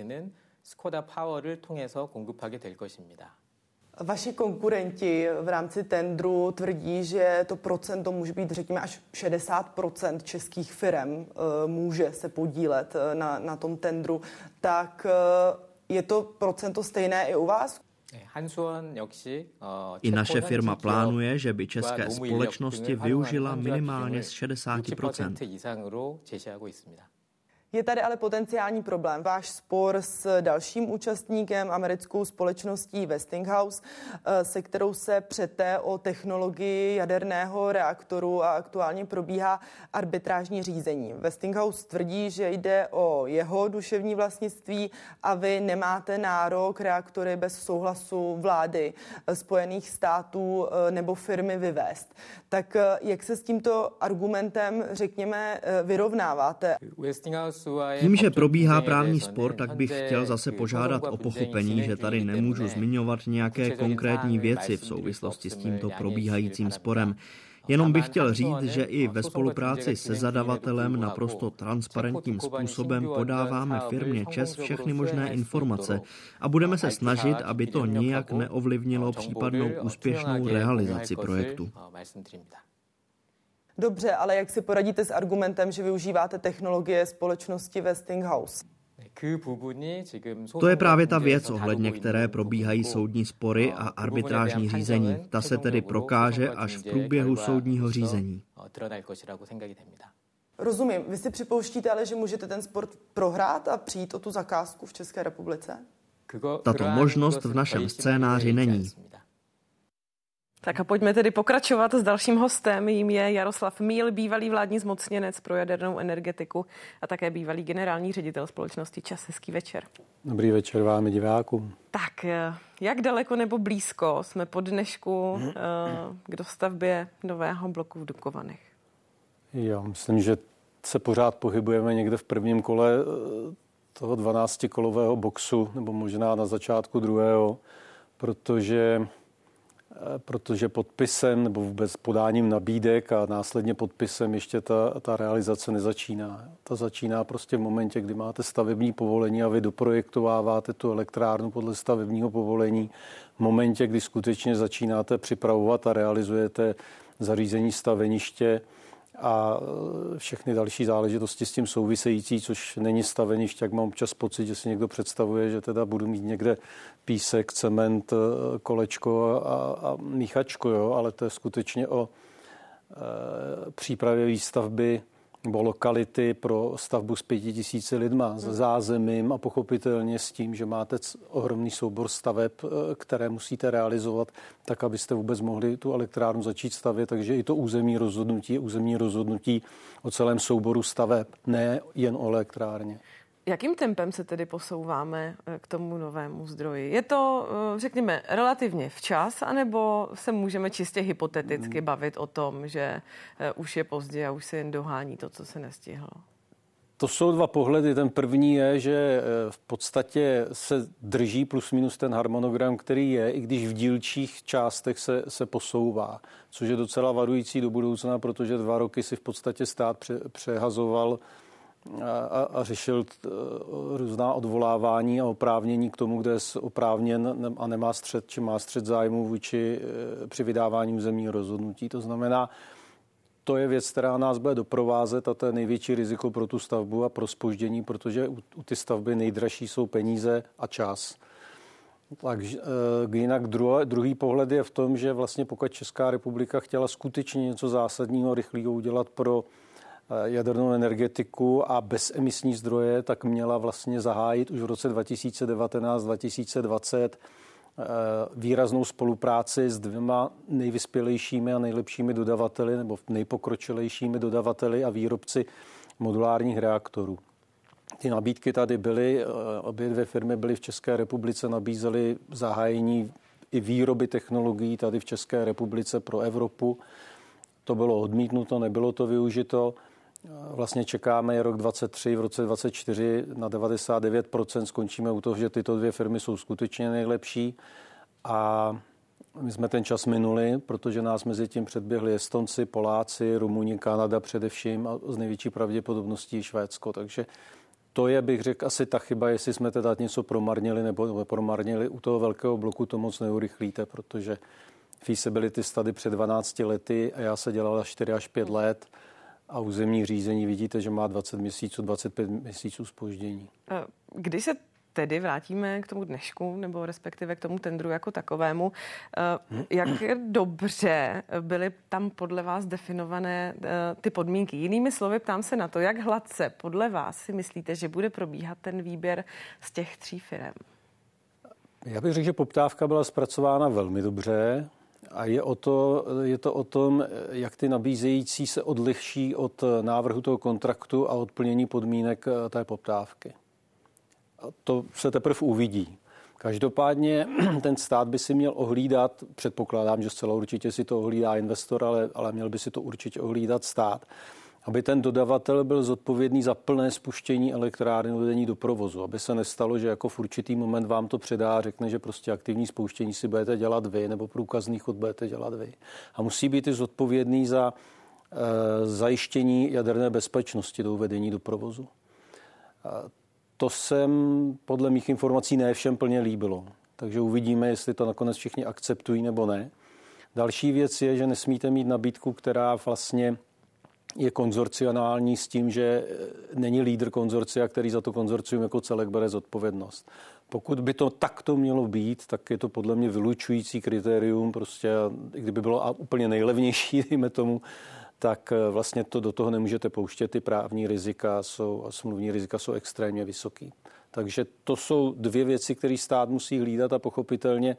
Vaši konkurenti v rámci tendru tvrdí, že to procento může být, řekněme, až šedesát procent českých firem může se podílet na, na tom tendru. Tak je to procento stejné i u vás? I naše firma plánuje, že by české společnosti využila minimálně z šedesát procent. Je tady ale potenciální problém. Váš spor s dalším účastníkem, americkou společností Westinghouse, se kterou se přete o technologii jaderného reaktoru a aktuálně probíhá arbitrážní řízení. Westinghouse tvrdí, že jde o jeho duševní vlastnictví a vy nemáte nárok reaktory bez souhlasu vlády Spojených států nebo firmy vyvést. Tak jak se s tímto argumentem, řekněme, vyrovnáváte? Tím, že probíhá právní spor, tak bych chtěl zase požádat o pochopení, že tady nemůžu zmiňovat nějaké konkrétní věci v souvislosti s tímto probíhajícím sporem. Jenom bych chtěl říct, že i ve spolupráci se zadavatelem naprosto transparentním způsobem podáváme firmě ČEZ všechny možné informace a budeme se snažit, aby to nijak neovlivnilo případnou úspěšnou realizaci projektu. Dobře, ale jak si poradíte s argumentem, že využíváte technologie společnosti Westinghouse? To je právě ta věc, ohledně které probíhají soudní spory a arbitrážní řízení. Ta se tedy prokáže až v průběhu soudního řízení. Rozumím. Vy si připouštíte ale, že můžete ten spor prohrát a přijít o tu zakázku v České republice? Tato možnost v našem scénáři není. Tak a pojďme tedy pokračovat s dalším hostem. Jím je Jaroslav Míl, bývalý vládní zmocněnec pro jadernou energetiku a také bývalý generální ředitel společnosti ČEZ. Hezký večer. Dobrý večer vám i divákům. Tak, jak daleko nebo blízko jsme po dnešku k dostavbě nového bloku v Dukovanech? Jo, myslím, že se pořád pohybujeme někde v prvním kole toho dvanáctikolového boxu, nebo možná na začátku druhého, protože protože podpisem nebo vůbec podáním nabídek a následně podpisem ještě ta, ta realizace nezačíná. Ta začíná prostě v momentě, kdy máte stavební povolení a vy doprojektováváte tu elektrárnu podle stavebního povolení. V momentě, kdy skutečně začínáte připravovat a realizujete zařízení staveniště a všechny další záležitosti s tím související, což není staveniště, jak mám občas pocit, že si někdo představuje, že teda budu mít někde písek, cement, kolečko a, a míchačko, jo? Ale to je skutečně o e, přípravě výstavby nebo lokality pro stavbu s pěti tisíci lidma, s zázemím a pochopitelně s tím, že máte ohromný soubor staveb, které musíte realizovat, tak abyste vůbec mohli tu elektrárnu začít stavět. Takže i to územní rozhodnutí je územní rozhodnutí o celém souboru staveb, ne jen o elektrárně. Jakým tempem se tedy posouváme k tomu novému zdroji? Je to, řekněme, relativně včas, anebo se můžeme čistě hypoteticky bavit o tom, že už je pozdě a už se jen dohání to, co se nestihlo? To jsou dva pohledy. Ten první je, že v podstatě se drží plus minus ten harmonogram, který je, i když v dílčích částech se, se posouvá, což je docela varující do budoucna, protože dva roky si v podstatě stát pře, přehazoval A, a řešil t, různá odvolávání a oprávnění k tomu, kde je oprávněn a nemá střet, či má střet zájmu vůči při vydávání územního rozhodnutí. To znamená, to je věc, která nás bude doprovázet a to je největší riziko pro tu stavbu a pro zpoždění, protože u, u ty stavby nejdražší jsou peníze a čas. Takže jinak druhý, druhý pohled je v tom, že vlastně pokud Česká republika chtěla skutečně něco zásadního, rychlého udělat pro jadernou energetiku a bezemisní zdroje, tak měla vlastně zahájit už v roce dva tisíce devatenáct dva tisíce dvacet výraznou spolupráci s dvěma nejvyspělejšími a nejlepšími dodavateli nebo nejpokročilejšími dodavateli a výrobci modulárních reaktorů. Ty nabídky tady byly, obě dvě firmy byly v České republice, nabízely zahájení i výroby technologií tady v České republice pro Evropu. To bylo odmítnuto, nebylo to využito. Vlastně čekáme rok dvacet tři, v roce dvacet čtyři na devadesát devět procent skončíme u toho, že tyto dvě firmy jsou skutečně nejlepší. A my jsme ten čas minuli, protože nás mezi tím předběhli Estonci, Poláci, Rumuni, Kanada především a z největší pravděpodobností Švédsko. Takže to je, bych řekl, asi ta chyba, jestli jsme teda něco promarnili nebo nepromarnili. U toho velkého bloku to moc neurychlíte, protože feasibility study před dvanácti lety a já se dělala čtyři až pět let a územní řízení vidíte, že má dvacet měsíců, dvacet pět měsíců zpoždění. Když se tedy vrátíme k tomu dnešku, nebo respektive k tomu tendru jako takovému. Jak dobře byly tam podle vás definované ty podmínky? Jinými slovy, ptám se na to, jak hladce podle vás si myslíte, že bude probíhat ten výběr z těch tří firem? Já bych řekl, že poptávka byla zpracována velmi dobře a je, o to, je to o tom, jak ty nabízející se odliší od návrhu toho kontraktu a od plnění podmínek té poptávky. A to se teprve uvidí. Každopádně ten stát by si měl ohlídat, předpokládám, že zcela určitě si to ohlídá investor, ale, ale měl by si to určitě ohlídat stát, aby ten dodavatel byl zodpovědný za plné spuštění elektrárny uvedení do provozu, aby se nestalo, že jako v určitý moment vám to předá a řekne, že prostě aktivní spouštění si budete dělat vy nebo průkazný chod budete dělat vy. A musí být i zodpovědný za e, zajištění jaderné bezpečnosti do uvedení do provozu. E, to jsem podle mých informací ne všem plně líbilo. Takže uvidíme, jestli to nakonec všichni akceptují nebo ne. Další věc je, že nesmíte mít nabídku, která vlastně je konzorcionální s tím, že není lídr konzorcia, který za to konzorcium jako celek bere zodpovědnost. Pokud by to takto mělo být, tak je to podle mě vylučující kritérium, prostě i kdyby bylo úplně nejlevnější, dejme tomu, tak vlastně to do toho nemůžete pouštět. Ty právní rizika jsou a smluvní rizika jsou extrémně vysoký. Takže to jsou dvě věci, které stát musí hlídat a pochopitelně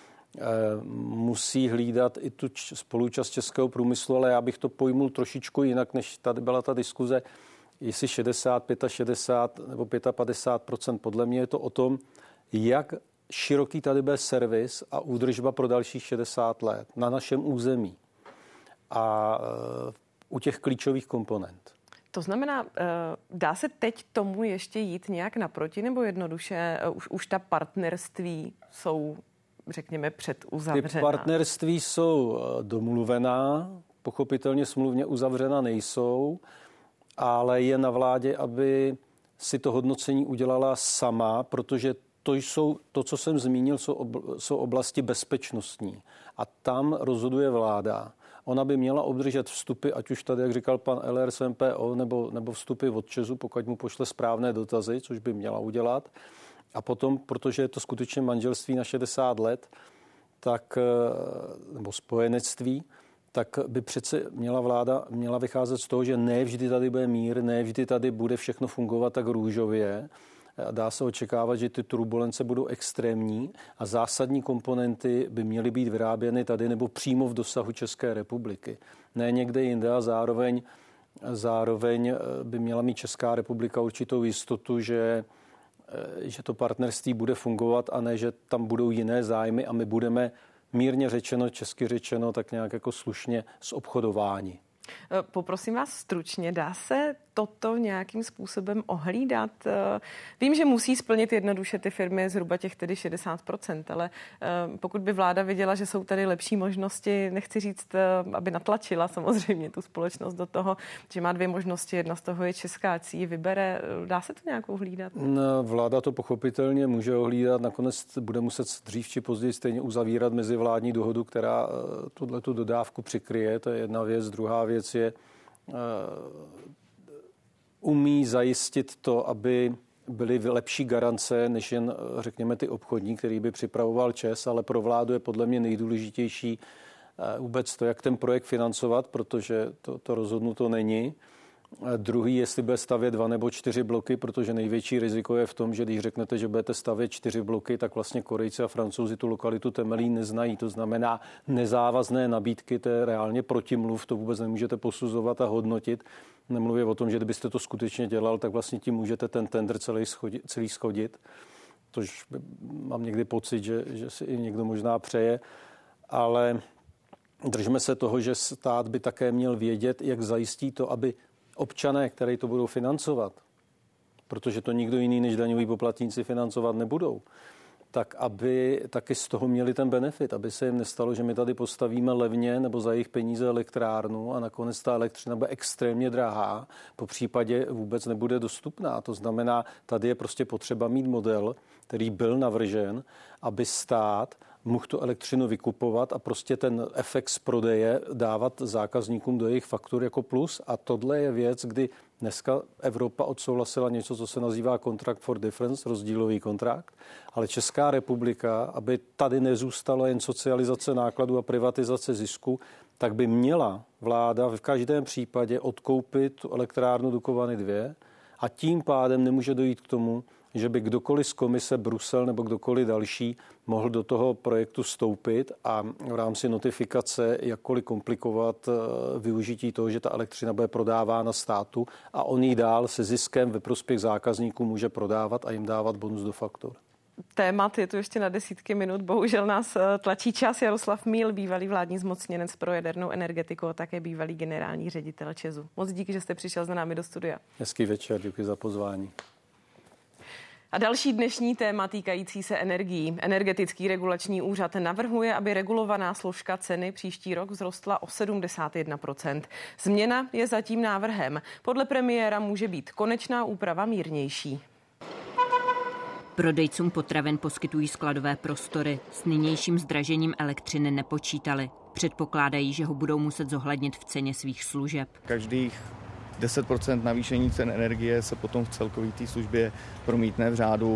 musí hlídat i tu spoluúčast českého průmyslu, ale já bych to pojmul trošičku jinak, než tady byla ta diskuze, jestli šedesát, šedesát pět nebo padesát pět procent. Podle mě je to o tom, jak široký tady bude servis a údržba pro dalších šedesát let na našem území a u těch klíčových komponent. To znamená, dá se teď tomu ještě jít nějak naproti, nebo jednoduše už, už ta partnerství jsou, řekněme, předuzavřená? Ty partnerství jsou domluvená, pochopitelně smluvně uzavřena nejsou, ale je na vládě, aby si to hodnocení udělala sama, protože to jsou, to, co jsem zmínil, jsou, ob, jsou oblasti bezpečnostní. A tam rozhoduje vláda. Ona by měla obdržet vstupy, ať už tady, jak říkal pan Eller z M P O, nebo, nebo vstupy od ČEZu, pokud mu pošle správné dotazy, což by měla udělat. A potom, protože je to skutečně manželství na šedesát let, tak, nebo spojenectví, tak by přece měla vláda měla vycházet z toho, že ne vždy tady bude mír, ne vždy tady bude všechno fungovat tak růžově. Dá se očekávat, že ty turbulence budou extrémní a zásadní komponenty by měly být vyráběny tady nebo přímo v dosahu České republiky. Ne někde jinde a zároveň, zároveň by měla mít Česká republika určitou jistotu, že, že to partnerství bude fungovat a ne, že tam budou jiné zájmy a my budeme mírně řečeno, česky řečeno, tak nějak jako slušně zobchodováni. Poprosím vás stručně, dá se toto nějakým způsobem ohlídat? Vím, že musí splnit jednoduše ty firmy zhruba těch tedy šedesát procent, ale pokud by vláda viděla, že jsou tady lepší možnosti, nechci říct, aby natlačila samozřejmě tu společnost do toho, že má dvě možnosti, jedna z toho je česká, ať si ji vybere, dá se to nějak ohlídat? No, vláda to pochopitelně může ohlídat, nakonec bude muset dřív či později stejně uzavírat mezivládní dohodu, která tuhletu dodávku přikryje, to je jedna věc. Druhá věc je, umí zajistit to, aby byly lepší garance, než jen, řekněme, ty obchodní, který by připravoval ČEZ, ale pro vládu je podle mě nejdůležitější vůbec to, jak ten projekt financovat, protože to, to rozhodnuto není. Druhý, jestli bude stavět dva nebo čtyři bloky, protože největší riziko je v tom, že když řeknete, že budete stavět čtyři bloky, tak vlastně Korejci a Francouzi tu lokalitu Temelín neznají. To znamená nezávazné nabídky, to je reálně protimluv, to vůbec nemůžete posuzovat a hodnotit. Nemluvě o tom, že kdybyste to skutečně dělal, tak vlastně tím můžete ten tender celý schodit. Celý schodit. Tož mám někdy pocit, že, že si i někdo možná přeje, ale držme se toho, že stát by také měl vědět, jak zajistí to, aby občané, které to budou financovat, protože to nikdo jiný než daňoví poplatníci financovat nebudou, tak aby taky z toho měli ten benefit, aby se jim nestalo, že my tady postavíme levně nebo za jejich peníze elektrárnu a nakonec ta elektřina bude extrémně drahá, po případě vůbec nebude dostupná. To znamená, tady je prostě potřeba mít model, který byl navržen, aby stát mohl tu elektřinu vykupovat a prostě ten efekt z prodeje dávat zákazníkům do jejich faktur jako plus. A tohle je věc, kdy Dneska Evropa odsouhlasila něco, co se nazývá Contract for Difference, rozdílový kontrakt, ale Česká republika, aby tady nezůstalo jen socializace nákladů a privatizace zisku, tak by měla vláda v každém případě odkoupit tu elektrárnu Dukovany dva a tím pádem nemůže dojít k tomu, že by kdokoliv z komise Brusel nebo kdokoliv další mohl do toho projektu vstoupit a v rámci notifikace jakkoliv komplikovat využití toho, že ta elektřina bude prodávána státu a on ji dál se ziskem ve prospěch zákazníků může prodávat a jim dávat bonus do faktur. Témat je tu ještě na desítky minut. Bohužel nás tlačí čas. Jaroslav Míl, bývalý vládní zmocněnec pro jadernou energetiku a také bývalý generální ředitel ČEZu. Moc díky, že jste přišel za námi do studia. Hezký večer, děkuji za pozvání. A další dnešní téma týkající se energií. Energetický regulační úřad navrhuje, aby regulovaná složka ceny příští rok vzrostla o sedmdesát jedna procent. Změna je zatím návrhem. Podle premiéra může být konečná úprava mírnější. Prodejcům potravin poskytují skladové prostory. S nynějším zdražením elektřiny nepočítali. Předpokládají, že ho budou muset zohlednit v ceně svých služeb. Každých deset procent navýšení cen energie se potom v celkové té službě promítne v řádu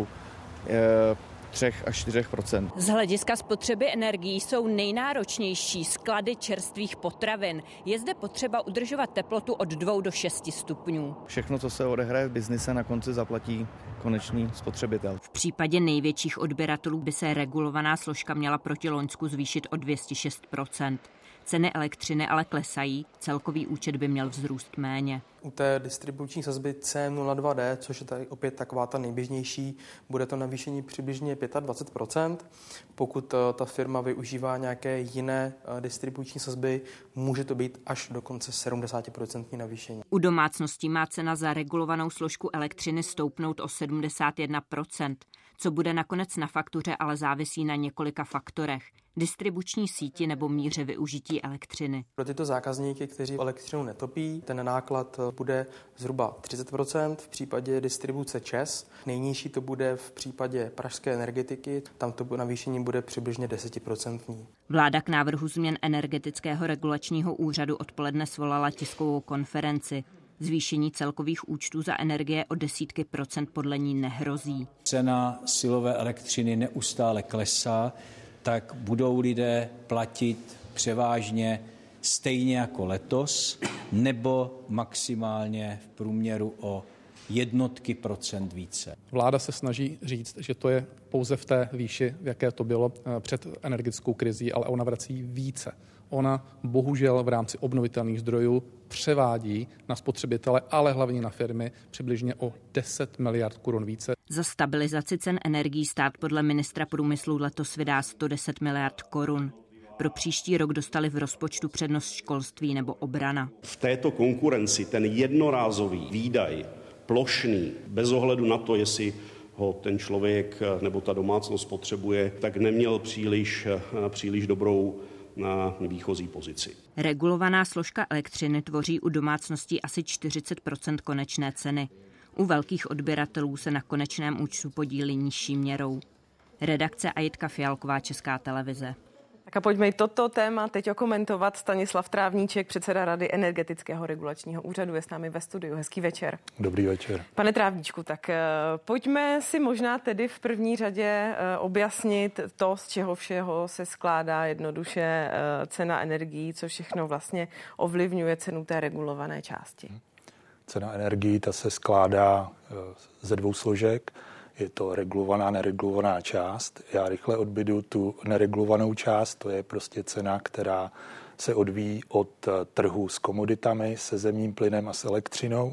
tři až čtyři procenta. Z hlediska spotřeby energií jsou nejnáročnější sklady čerstvých potravin. Je zde potřeba udržovat teplotu od dvou do šesti stupňů. Všechno, co se odehraje v biznise, na konci zaplatí konečný spotřebitel. V případě největších odběratelů by se regulovaná složka měla proti loňsku zvýšit o dvě stě šest procent. Ceny elektřiny ale klesají, celkový účet by měl vzrůst méně. U té distribuční sazby C M nula dva D, což je tady opět taková ta nejběžnější, bude to navýšení přibližně dvacet pět procent. Pokud ta firma využívá nějaké jiné distribuční sazby, může to být až dokonce sedmdesát procent navýšení. U domácností má cena za regulovanou složku elektřiny stoupnout o sedmdesát jedna procent. Co bude nakonec na faktuře, ale závisí na několika faktorech. Distribuční síti nebo míře využití elektřiny. Pro tyto zákazníky, kteří elektřinu netopí, ten náklad bude zhruba třicet procent v případě distribuce ČEZ. Nejnižší to bude v případě pražské energetiky, tam to navýšení bude přibližně deset procent. Vláda k návrhu změn energetického regulačního úřadu odpoledne svolala tiskovou konferenci. Zvýšení celkových účtů za energie o desítky procent podle ní nehrozí. Cena silové elektřiny neustále klesá, tak budou lidé platit převážně stejně jako letos, nebo maximálně v průměru o jednotky procent více. Vláda se snaží říct, že to je pouze v té výši, v jaké to bylo před energetickou krizí, ale ona vrací více. Ona bohužel v rámci obnovitelných zdrojů převádí na spotřebitele, ale hlavně na firmy přibližně o deset miliard korun více. Za stabilizaci cen energií stát podle ministra průmyslu letos vydá sto deset miliard korun. Pro příští rok dostali v rozpočtu přednost školství nebo obrana. V této konkurenci ten jednorázový výdaj, plošný, bez ohledu na to, jestli ho ten člověk nebo ta domácnost potřebuje, tak neměl příliš, příliš dobrou na výchozí pozici. Regulovaná složka elektřiny tvoří u domácností asi čtyřicet procent konečné ceny. U velkých odběratelů se na konečném účtu podílí nižší měrou. Redakce Ajitka Fialková, Česká televize. Tak a pojďme i toto téma teď okomentovat. Stanislav Trávníček, předseda Rady Energetického regulačního úřadu, je s námi ve studiu. Hezký večer. Dobrý večer. Pane Trávníčku, tak pojďme si možná tedy v první řadě objasnit to, z čeho všeho se skládá jednoduše cena energií, co všechno vlastně ovlivňuje cenu té regulované části. Cena energií, ta se skládá ze dvou složek. Je to regulovaná, neregulovaná část. Já rychle odbydu tu neregulovanou část, to je prostě cena, která se odvíjí od trhu s komoditami, se zemním plynem a s elektřinou.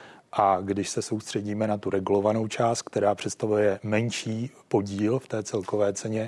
A když se soustředíme na tu regulovanou část, která představuje menší podíl v té celkové ceně,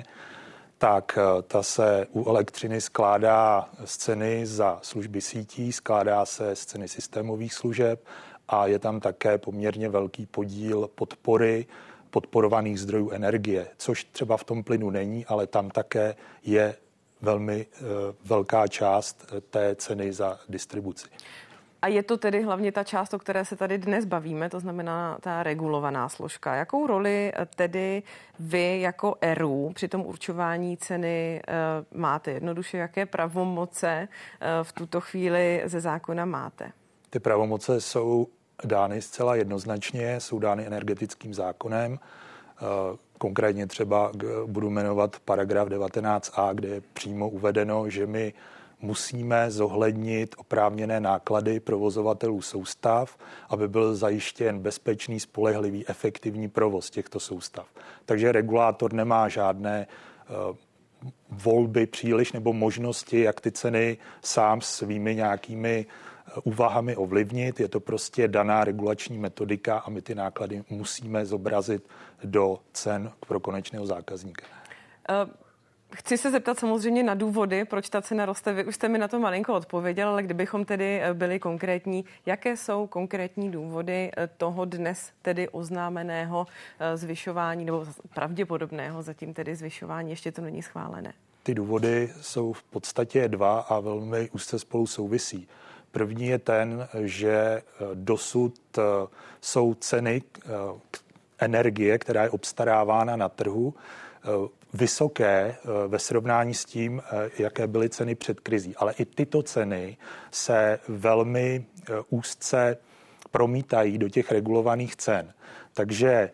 tak ta se u elektřiny skládá z ceny za služby sítí, skládá se z ceny systémových služeb a je tam také poměrně velký podíl podpory podporovaných zdrojů energie, což třeba v tom plynu není, ale tam také je velmi e, velká část té ceny za distribuci. A je to tedy hlavně ta část, o které se tady dnes bavíme, to znamená ta regulovaná složka. Jakou roli tedy vy jako E R U při tom určování ceny e, máte? Jednoduše, jaké pravomoce e, v tuto chvíli ze zákona máte? Ty pravomoce jsou dány zcela jednoznačně, jsou dány energetickým zákonem. Konkrétně třeba budu jmenovat paragraf devatenáct a, kde je přímo uvedeno, že my musíme zohlednit oprávněné náklady provozovatelů soustav, aby byl zajištěn bezpečný, spolehlivý, efektivní provoz těchto soustav. Takže regulátor nemá žádné uh, volby příliš nebo možnosti, jak ty ceny sám svými nějakými úvahami ovlivnit. Je to prostě daná regulační metodika a my ty náklady musíme zobrazit do cen pro konečného zákazníka. Uh... Chci se zeptat samozřejmě na důvody, proč ta cena roste. Vy už jste mi na to malinko odpověděl, ale kdybychom tedy byli konkrétní, jaké jsou konkrétní důvody toho dnes tedy oznámeného zvyšování nebo pravděpodobného zatím tedy zvyšování, ještě to není schválené? Ty důvody jsou v podstatě dva a velmi úzce spolu souvisí. První je ten, že dosud jsou ceny energie, která je obstarávána na trhu, vysoké ve srovnání s tím, jaké byly ceny před krizí. Ale i tyto ceny se velmi úzce promítají do těch regulovaných cen. Takže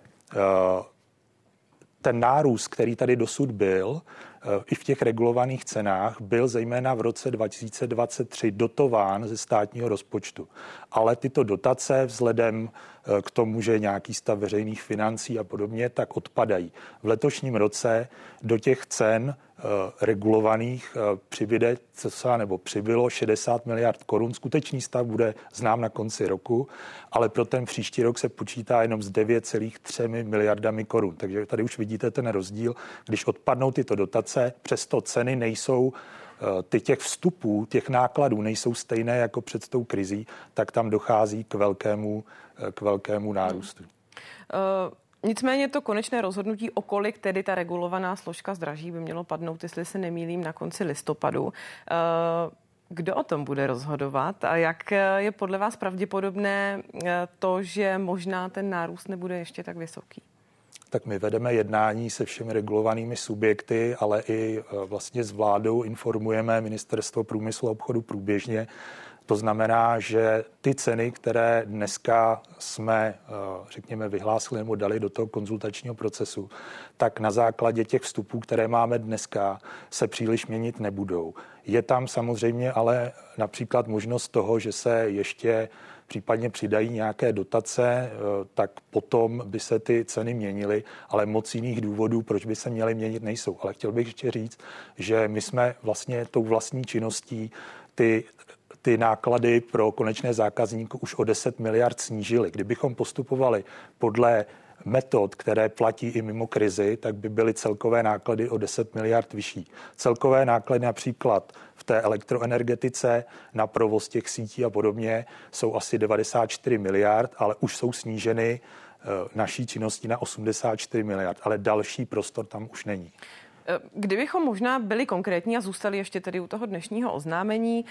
ten nárůst, který tady dosud byl, i v těch regulovaných cenách, byl zejména v roce dva tisíce dvacet tři dotován ze státního rozpočtu. Ale tyto dotace vzhledem k tomu, že nějaký stav veřejných financí a podobně, tak odpadají. V letošním roce do těch cen regulovaných přibyde nebo přibylo šedesát miliard korun. Skutečný stav bude znám na konci roku, ale pro ten příští rok se počítá jenom s devět celá tři miliardami korun. Takže tady už vidíte ten rozdíl. Když odpadnou tyto dotace, přesto ceny nejsou, ty těch vstupů, těch nákladů nejsou stejné jako před tou krizí, tak tam dochází k velkému, k velkému nárůstu. Uh... Nicméně to konečné rozhodnutí, o kolik tedy ta regulovaná složka zdraží, by mělo padnout, jestli se nemýlím, na konci listopadu. Kdo o tom bude rozhodovat a jak je podle vás pravděpodobné to, že možná ten nárůst nebude ještě tak vysoký? Tak my vedeme jednání se všemi regulovanými subjekty, ale i vlastně s vládou informujeme Ministerstvo průmyslu a obchodu průběžně. To znamená, že ty ceny, které dneska jsme, řekněme, vyhlásili nebo dali do toho konzultačního procesu, tak na základě těch vstupů, které máme dneska, se příliš měnit nebudou. Je tam samozřejmě ale například možnost toho, že se ještě případně přidají nějaké dotace, tak potom by se ty ceny měnily, ale moc jiných důvodů, proč by se měly měnit, nejsou. Ale chtěl bych ještě říct, že my jsme vlastně tou vlastní činností ty ty náklady pro konečné zákazníky už o deset miliard snížili. Kdybychom postupovali podle metod, které platí i mimo krizi, tak by byly celkové náklady o deset miliard vyšší. Celkové náklady například v té elektroenergetice na provoz těch sítí a podobně jsou asi devadesát čtyři miliard, ale už jsou sníženy naší činností na osmdesát čtyři miliard, ale další prostor tam už není. Kdybychom možná byli konkrétní a zůstali ještě tedy u toho dnešního oznámení,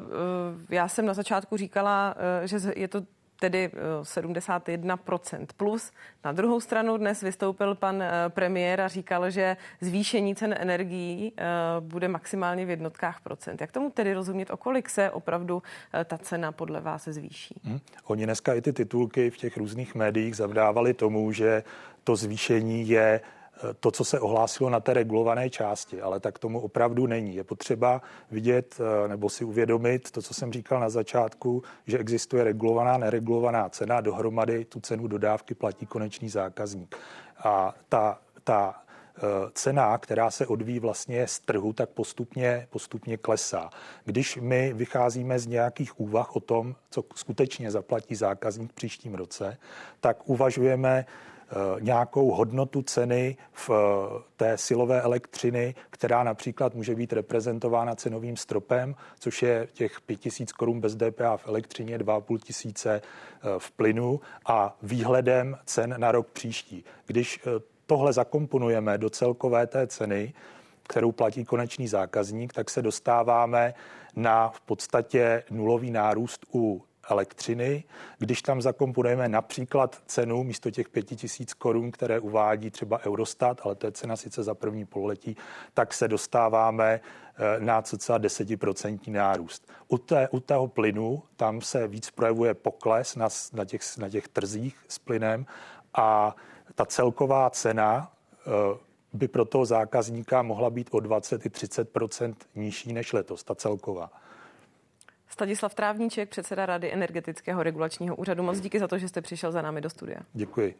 já jsem na začátku říkala, že je to tedy sedmdesát jedna procent plus. Na druhou stranu dnes vystoupil pan premiér a říkal, že zvýšení cen energií bude maximálně v jednotkách procent. Jak tomu tedy rozumět, o kolik se opravdu ta cena podle vás zvýší? Hmm. Oni dneska i ty titulky v těch různých médiích zavdávali tomu, že to zvýšení je to, co se ohlásilo na té regulované části, ale tak tomu opravdu není. Je potřeba vidět nebo si uvědomit to, co jsem říkal na začátku, že existuje regulovaná, neregulovaná cena, dohromady tu cenu dodávky platí konečný zákazník. A ta, ta cena, která se odvíjí vlastně z trhu, tak postupně, postupně klesá. Když my vycházíme z nějakých úvah o tom, co skutečně zaplatí zákazník v příštím roce, tak uvažujeme nějakou hodnotu ceny v té silové elektřiny, která například může být reprezentována cenovým stropem, což je těch pět tisíc korun bez D P H v elektřině, dva a půl tisíce v plynu a výhledem cen na rok příští. Když tohle zakomponujeme do celkové té ceny, kterou platí konečný zákazník, tak se dostáváme na v podstatě nulový nárůst u elektřiny. Když tam zakomponujeme například cenu místo těch pěti tisíc korun, které uvádí třeba Eurostat, ale to je cena sice za první pololetí, tak se dostáváme na cca desetiprocentní nárůst. U, té, u toho plynu tam se víc projevuje pokles na, na, těch, na těch trzích s plynem a ta celková cena by pro toho zákazníka mohla být o dvacet až třicet procent nižší než letos, ta celková. Stanislav Trávníček, předseda Rady Energetického regulačního úřadu. Moc díky za to, že jste přišel za námi do studia. Děkuji.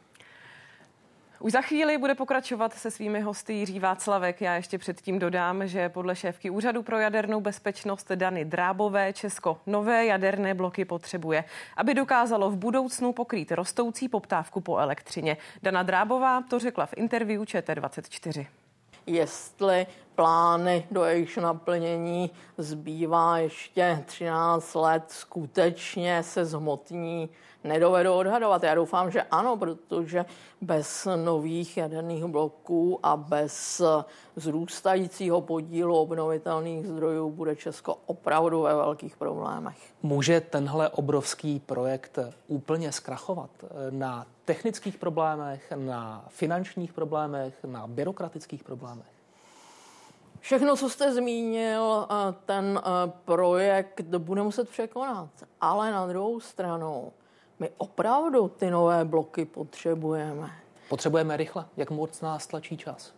Už za chvíli bude pokračovat se svými hosty Jiří Václavek. Já ještě předtím dodám, že podle šéfky Úřadu pro jadernou bezpečnost Dany Drábové Česko nové jaderné bloky potřebuje, aby dokázalo v budoucnu pokrýt rostoucí poptávku po elektřině. Dana Drábová to řekla v interview Č T dvacet čtyři. Jestli plány do jejich naplnění zbývá ještě třináct let, skutečně se zhmotní, nedovedou odhadovat. Já doufám, že ano, protože bez nových jaderných bloků a bez zrůstajícího podílu obnovitelných zdrojů bude Česko opravdu ve velkých problémech. Může tenhle obrovský projekt úplně zkrachovat na technických problémech, na finančních problémech, na byrokratických problémech? Všechno, co jste zmínil, ten projekt bude muset překonat. Ale na druhou stranu, my opravdu ty nové bloky potřebujeme. Potřebujeme rychle. Jak moc nás tlačí čas?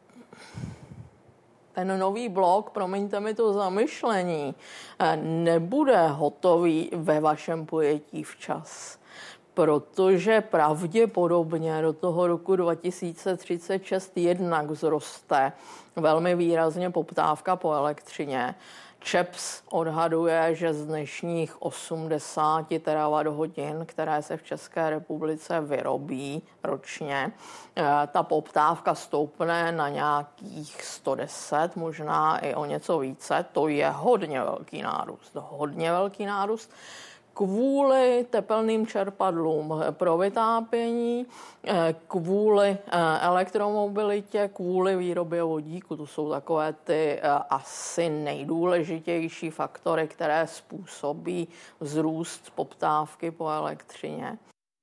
Ten nový blok, promiňte mi to zamyšlení, nebude hotový ve vašem pojetí včas. Protože pravděpodobně do toho roku dva tisíce třicet šest jednak vzroste velmi výrazně poptávka po elektřině. ČEPS odhaduje, že z dnešních osmdesát terawatt-hodin, které se v České republice vyrobí ročně, ta poptávka stoupne na nějakých sto deset, možná i o něco více. To je hodně velký nárůst, hodně velký nárůst. Kvůli tepelným čerpadlům pro vytápění, kvůli elektromobilitě, kvůli výrobě vodíku. To jsou takové ty asi nejdůležitější faktory, které způsobí vzrůst poptávky po elektřině.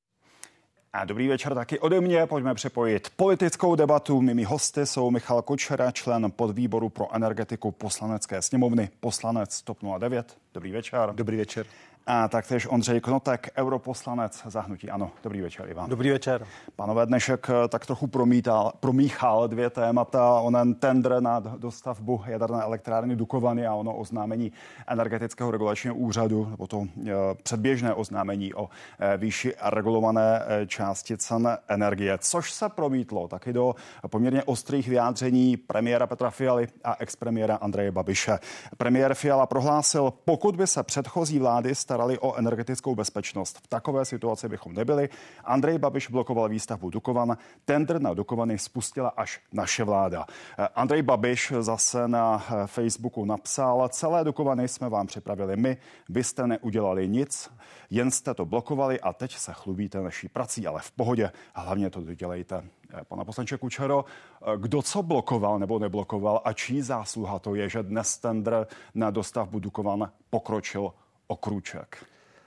A dobrý večer taky ode mě. Pojďme připojit politickou debatu. Mými hosty jsou Michal Kučera, člen podvýboru pro energetiku Poslanecké sněmovny, poslanec TOP nula devět. Dobrý večer. Dobrý večer. A taktéž Ondřej Knotek, europoslanec za hnutí ANO. Dobrý večer, Ivan. Dobrý večer. Pánové, dnešek tak trochu promítal, promíchal dvě témata. Onen tendr na dostavbu jaderné elektrárny Dukovany a ono oznámení Energetického regulačního úřadu, nebo to předběžné oznámení o výši regulované části cen energie, což se promítlo taky do poměrně ostrých vyjádření premiéra Petra Fialy a expremiéra Andreje Babiše. Premiér Fiala prohlásil, pokud by se předchozí vlády starali o energetickou bezpečnost. V takové situaci bychom nebyli. Andrej Babiš blokoval výstavbu Dukovan. Tendr na Dukovany spustila až naše vláda. Andrej Babiš zase na Facebooku napsal, celé Dukovany jsme vám připravili my, vy jste neudělali nic, jen jste to blokovali a teď se chlubíte naší prací, ale v pohodě, hlavně to dodělejte. Pana poslanče Kučero, kdo co blokoval nebo neblokoval a čí zásluha to je, že dnes tendr na dostavbu Dukovan pokročil o krůček?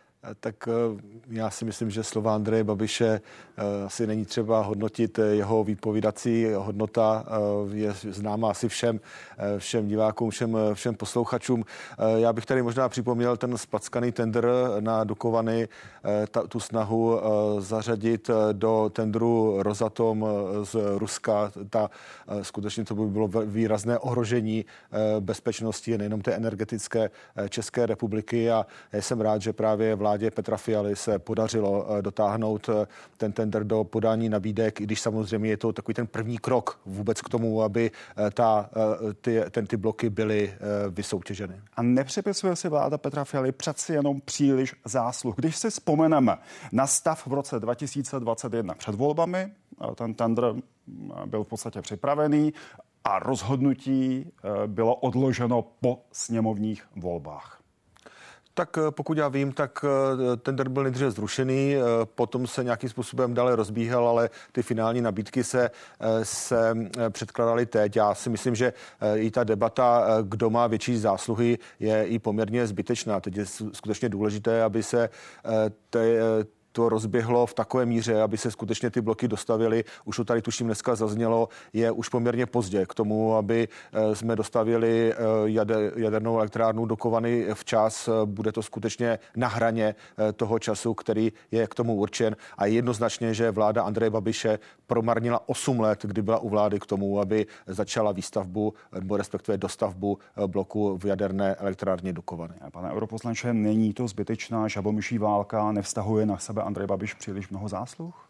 Tak já si myslím, že slova Andreje Babiše asi není třeba hodnotit. Jeho výpovídací hodnota je známá asi všem, všem divákům, všem, všem posluchačům. Já bych tady možná připomněl ten spackaný tendr na Dukovany, ta, tu snahu zařadit do tendru Rosatom z Ruska. Ta, skutečně to by bylo výrazné ohrožení bezpečnosti nejenom té energetické České republiky a já jsem rád, že právě vládě Petra Fialy se podařilo dotáhnout ten tendr do podání nabídek, i když samozřejmě je to takový ten první krok vůbec k tomu, aby ta, ty, ten, ty bloky byly vysoutěženy. A nepřipisuje si vláda Petra Fialy přeci jenom příliš zásluh. Když si vzpomeneme na stav v roce dva tisíce dvacet jedna před volbami, ten tendr byl v podstatě připravený a rozhodnutí bylo odloženo po sněmovních volbách. Tak pokud já vím, tak tender byl nejdříve zrušený, potom se nějakým způsobem dále rozbíhal, ale ty finální nabídky se, se předkládaly teď. Já si myslím, že i ta debata, kdo má větší zásluhy, je i poměrně zbytečná. Teď je skutečně důležité, aby se te, to rozběhlo v takové míře, aby se skutečně ty bloky dostavily. Už to tady tuším dneska zaznělo, je už poměrně pozdě k tomu, aby jsme dostavili jader, jadernou elektrárnu do Kovany včas. Bude to skutečně na hraně toho času, který je k tomu určen. A jednoznačně, že vláda Andreje Babiše promarnila osm let, kdy byla u vlády k tomu, aby začala výstavbu nebo respektive dostavbu bloku v jaderné elektrárně Dukovany. Pane europoslanče, není to zbytečná žabomyší válka, nevztahuje na sebe Andrej Babiš příliš mnoho zásluh?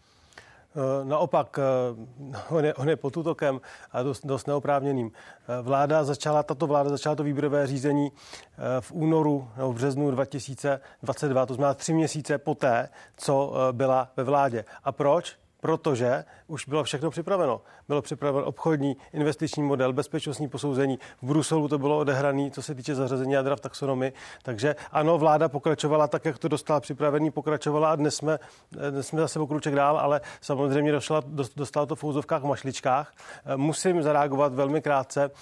Naopak, on je, on je pod útokem a dost, dost neoprávněným. Vláda začala, tato vláda začala to výběrové řízení v únoru nebo v březnu dva tisíce dvacet dva, to znamená tři měsíce poté, co byla ve vládě. A proč? Protože už bylo všechno připraveno. Bylo připraven obchodní investiční model, bezpečnostní posouzení. V Bruselu to bylo odehrané, co se týče zařazení jádra v taxonomii. Takže ano, vláda pokračovala tak, jak to dostala připravený, pokračovala a dnes jsme, dnes jsme zase o kruček dál, ale samozřejmě došla, dostala to v fouzovkách v mašličkách. Musím zareagovat velmi krátce.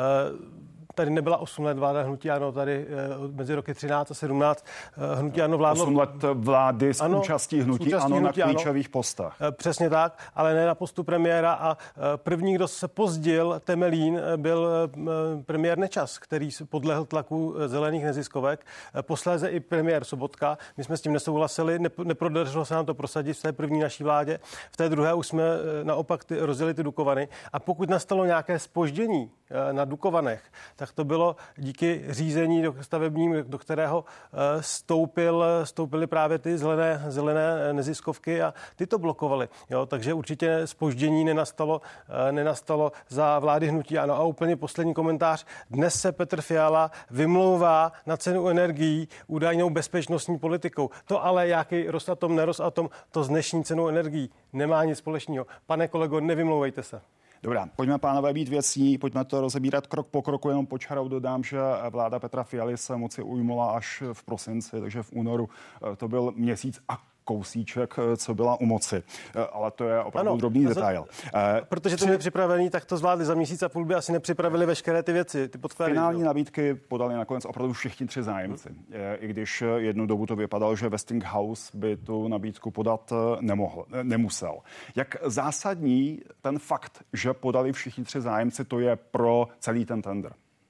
Tady nebyla osm let vláda hnutí ANO, tady mezi roky třináct a sedmnáct hnutí ANO vládlo. osm let vlády s ano, účastí hnutí účastí ANO hnutí na klíčových ano, postech. Přesně tak, ale ne na postu premiéra a první, kdo se pozdil Temelín, byl premiér Nečas, který podlehl tlaku zelených neziskovek. Posléze i premiér Sobotka. My jsme s tím nesouhlasili, nepodařilo se nám to prosadit v té první naší vládě. V té druhé už jsme naopak ty, rozjeli ty Dukovany. A pokud nastalo nějaké zpoždění na Dukovanech, tak to bylo díky řízení do stavebním, do kterého stoupil, stoupily právě ty zelené, zelené neziskovky a ty to blokovaly. Jo, takže určitě zpoždění nenastalo, nenastalo za vlády hnutí ANO. A úplně poslední komentář. Dnes se Petr Fiala vymlouvá na cenu energií údajnou bezpečnostní politikou. To ale jaký Rosatom, nerosatom, to s dnešní cenou energií nemá nic společného. Pane kolego, nevymlouvejte se. Dobrá, pojďme, pánové, být věcní, pojďme to rozebírat krok po kroku, jenom po čarou dodám, že vláda Petra Fialy se moci ujmula až v prosinci, takže v únoru to byl měsíc a kousíček, co byla u moci. Ale to je opravdu ano, drobný detail. Protože to je připravený, tak to zvládli za měsíc a půl, by asi nepřipravili veškeré ty věci, ty podklady. Finální no. nabídky podali nakonec opravdu všichni tři zájemci. Hmm. I když jednu dobu to vypadalo, že Westinghouse by tu nabídku podat nemohl, nemusel. Jak zásadní ten fakt, že podali všichni tři zájemci, to je pro celý ten tender?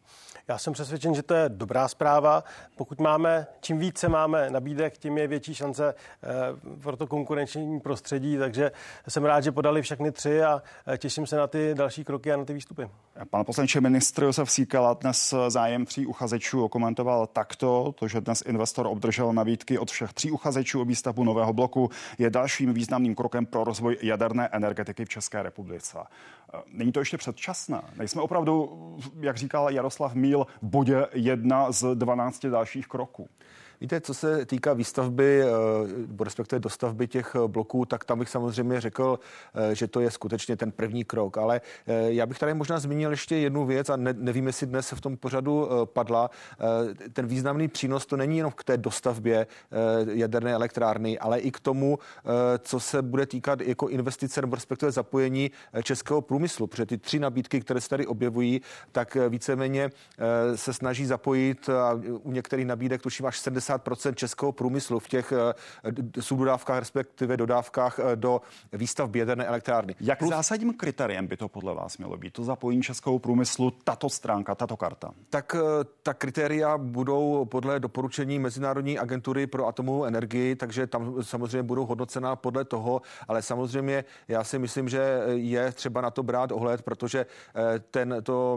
Já jsem přesvědčen, že to je dobrá zpráva. Pokud máme, čím více máme nabídek, tím je větší šance eh, pro to konkurenční prostředí, takže jsem rád, že podali všechny tři a těším se na ty další kroky a na ty výstupy. Pan poslanče, ministr Josef Síkela dnes zájem tří uchazečů okomentoval takto, to, že dnes investor obdržel nabídky od všech tří uchazečů o výstavbu nového bloku, je dalším významným krokem pro rozvoj jaderné energetiky v České republice. Není to ještě předčasné? Nejsme opravdu, jak říkal Jaroslav Míl, v bodě jedna z dvanácti dalších kroků. Víte, co se týká výstavby, respektive dostavby těch bloků, tak tam bych samozřejmě řekl, že to je skutečně ten první krok. Ale já bych tady možná zmínil ještě jednu věc a ne, nevím, jestli dnes v tom pořadu padla. Ten významný přínos to není jenom k té dostavbě jaderné elektrárny, ale i k tomu, co se bude týkat jako investice nebo respektive zapojení českého průmyslu. Protože ty tři nabídky, které se tady objevují, tak víceméně se snaží zapojit a u některých nabídek tuším až sedmdesát procent českého průmyslu v těch subdodávkách, respektive dodávkách do výstavby jaderné elektrárny. Jak Plus... zásadním kritériem by to podle vás mělo být? To zapojení českého průmyslu, tato stránka, tato karta? Tak ta kritéria budou podle doporučení Mezinárodní agentury pro atomovou energii, takže tam samozřejmě budou hodnocena podle toho, ale samozřejmě já si myslím, že je třeba na to brát ohled, protože ten to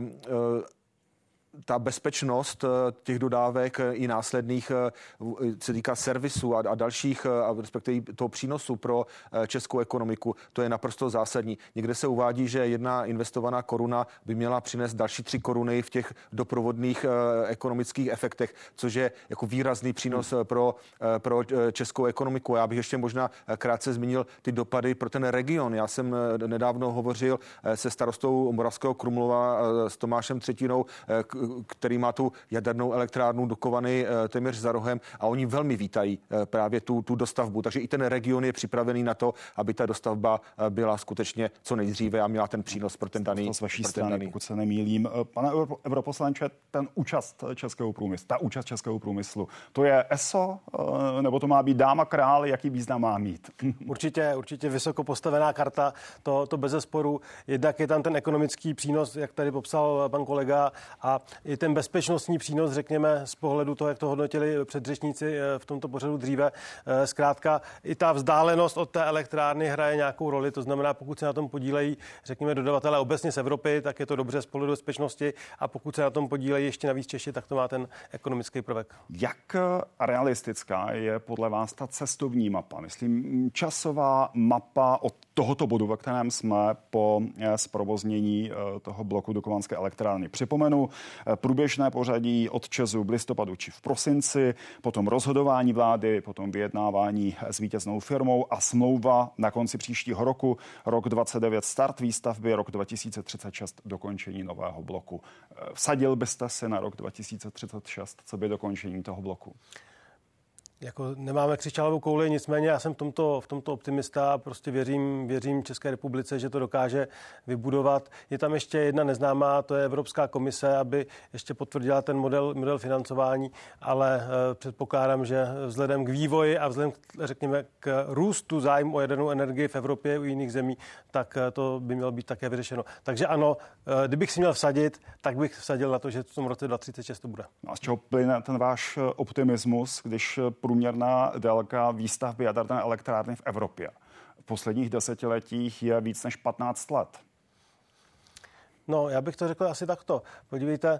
ta bezpečnost těch dodávek i následných se týká servisu a, a dalších, a respektive toho přínosu pro českou ekonomiku, to je naprosto zásadní. Někde se uvádí, že jedna investovaná koruna by měla přinést další tři koruny v těch doprovodných ekonomických efektech, což je jako výrazný přínos pro, pro českou ekonomiku. Já bych ještě možná krátce zmínil ty dopady pro ten region. Já jsem nedávno hovořil se starostou Moravského Krumlova s Tomášem Třetinou, který má tu jadernou elektrárnu Dukovany téměř za rohem a oni velmi vítají právě tu, tu dostavbu. Takže i ten region je připravený na to, aby ta dostavba byla skutečně co nejdříve a měla ten přínos pro ten daný. To z vaší strany, daný. Pokud se nemýlím. Pane europoslanče, ten účast českého průmyslu, ta účast českého průmyslu, to je E S O, nebo to má být dáma král, jaký význam má mít? Určitě, určitě vysoko postavená karta, to, to bezesporu. Jednak je tam ten ekonomický přínos, jak tady popsal pan kolega, a i ten bezpečnostní přínos, řekněme, z pohledu toho, jak to hodnotili předřečníci v tomto pořadu dříve. Zkrátka i ta vzdálenost od té elektrárny hraje nějakou roli, to znamená, pokud se na tom podílejí, řekněme, dodavatelé obecně z Evropy, tak je to dobře z pohledu bezpečnosti, a pokud se na tom podílejí ještě navíc Češi, tak to má ten ekonomický prvek. Jak realistická je podle vás ta cestovní mapa? Myslím, časová mapa od tohoto bodu, ve kterém jsme po zprovoznění toho bloku Dukovanské elektrárny. Připomenu průběžné pořadí od ČEZu v listopadu či v prosinci, potom rozhodování vlády, potom vyjednávání s vítěznou firmou a smlouva na konci příštího roku, rok dvacet devět start výstavby, rok dva tisíce třicet šest dokončení nového bloku. Vsadil byste se na rok dva tisíce třicet šest, co by dokončení toho bloku? Jako nemáme křišťálovou kouli, nicméně já jsem v tomto, v tomto optimista a prostě věřím, věřím České republice, že to dokáže vybudovat. Je tam ještě jedna neznámá, to je Evropská komise, aby ještě potvrdila ten model, model financování, ale e, předpokládám, že vzhledem k vývoji a vzhledem, k, řekněme, k růstu zájmu o jadernou energii v Evropě i u jiných zemí, tak e, to by mělo být také vyřešeno. Takže ano, e, kdybych si měl vsadit, tak bych vsadil na to, že v tom roce dva tisíce třicet šest to bude. A z čeho plyne ten váš optimismus, když průměrná délka výstavby jaderné elektrárny v Evropě v posledních desetiletích je víc než patnáct let? No, já bych to řekl asi takto. Podívejte,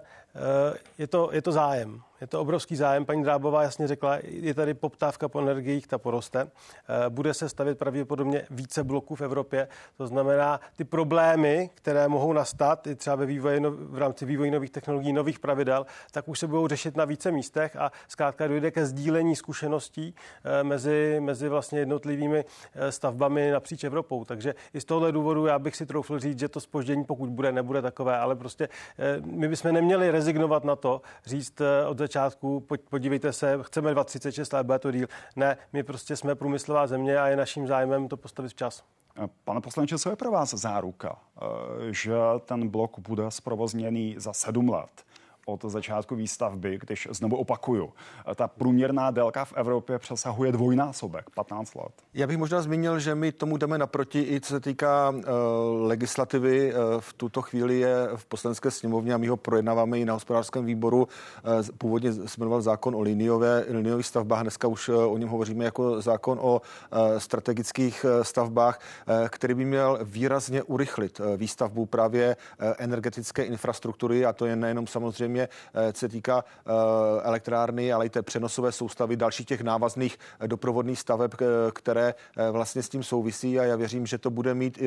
je to, je to zájem. Je to obrovský zájem. Paní Drábová jasně řekla, je tady poptávka po energiích, ta poroste. Bude se stavět pravděpodobně více bloků v Evropě. To znamená, ty problémy, které mohou nastat i třeba ve vývoji, v rámci vývoje nových technologií, nových pravidel, tak už se budou řešit na více místech a zkrátka dojde ke sdílení zkušeností mezi, mezi vlastně jednotlivými stavbami napříč Evropou. Takže i z tohohle důvodu já bych si troufl říct, že to zpoždění, pokud bude, nebude takové, ale prostě my bychom neměli rezignovat na to, říct od začátku, podívejte se, chceme dva tisíce třicet šest, ale bude to díl. Ne, my prostě jsme průmyslová země a je naším zájmem to postavit včas. Pane poslanče, co je pro vás záruka, že ten blok bude zprovozněný za sedm let od začátku výstavby, když znovu opakuju, ta průměrná délka v Evropě přesahuje dvojnásobek, patnáct let. Já bych možná zmínil, že my tomu jdeme naproti i co se týká uh, legislativy. Uh, v tuto chvíli je v Poslanecké sněmovně a my ho projednáváme i na hospodářském výboru. Uh, původně se jmenoval zákon o liniové, liniových stavbách, dneska už uh, o něm hovoříme jako zákon o uh, strategických uh, stavbách, uh, který by měl výrazně urychlit uh, výstavbu právě uh, energetické infrastruktury, a to je nejenom samozřejmě co se týká elektrárny, ale i té přenosové soustavy, dalších těch návazných doprovodných staveb, které vlastně s tím souvisí, a já věřím, že to bude mít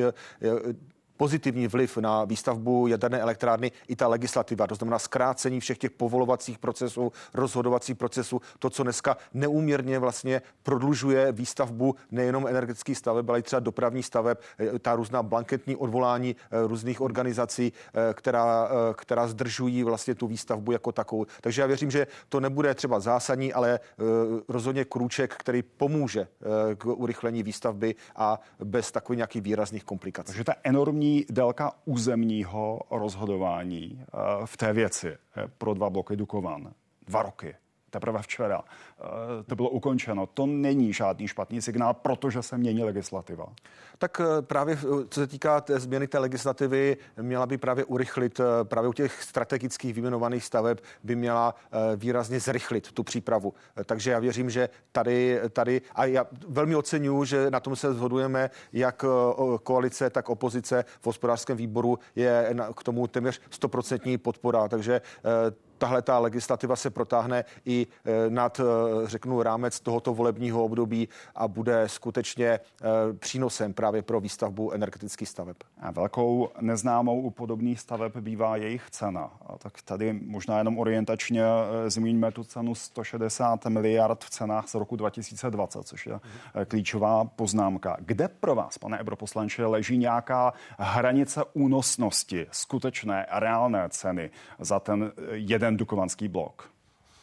pozitivní vliv na výstavbu jaderné elektrárny i ta legislativa, to znamená zkrácení všech těch povolovacích procesů, rozhodovacích procesů, to, co dneska neúměrně vlastně prodlužuje výstavbu nejenom energetických staveb, ale i třeba dopravních staveb, ta různá blanketní odvolání různých organizací, která, která zdržují vlastně tu výstavbu jako takovou. Takže já věřím, že to nebude třeba zásadní, ale rozhodně krůček, který pomůže k urychlení výstavby a bez takových nějakých výrazných komplikací. Takže ta enormní délka územního rozhodování v té věci pro dva bloky Dukovan. Dva roky. Teprve včera to bylo ukončeno. To není žádný špatný signál, protože se mění legislativa. Tak právě co se týká té změny té legislativy, měla by právě urychlit, právě u těch strategických vyjmenovaných staveb by měla výrazně zrychlit tu přípravu. Takže já věřím, že tady, tady a já velmi oceňuji, že na tom se shodujeme, jak koalice, tak opozice v hospodářském výboru je k tomu téměř stoprocentní podpora. Takže tahle ta legislativa se protáhne i nad, řeknu, rámec tohoto volebního období a bude skutečně přínosem právě pro výstavbu energetických staveb. A velkou neznámou u podobných staveb bývá jejich cena. A tak tady možná jenom orientačně zmíníme tu cenu sto šedesát miliard v cenách z roku dva tisíce dvacet, což je klíčová poznámka. Kde pro vás, pane europoslanče, leží nějaká hranice únosnosti, skutečné a reálné ceny za ten jeden dukovanský blok?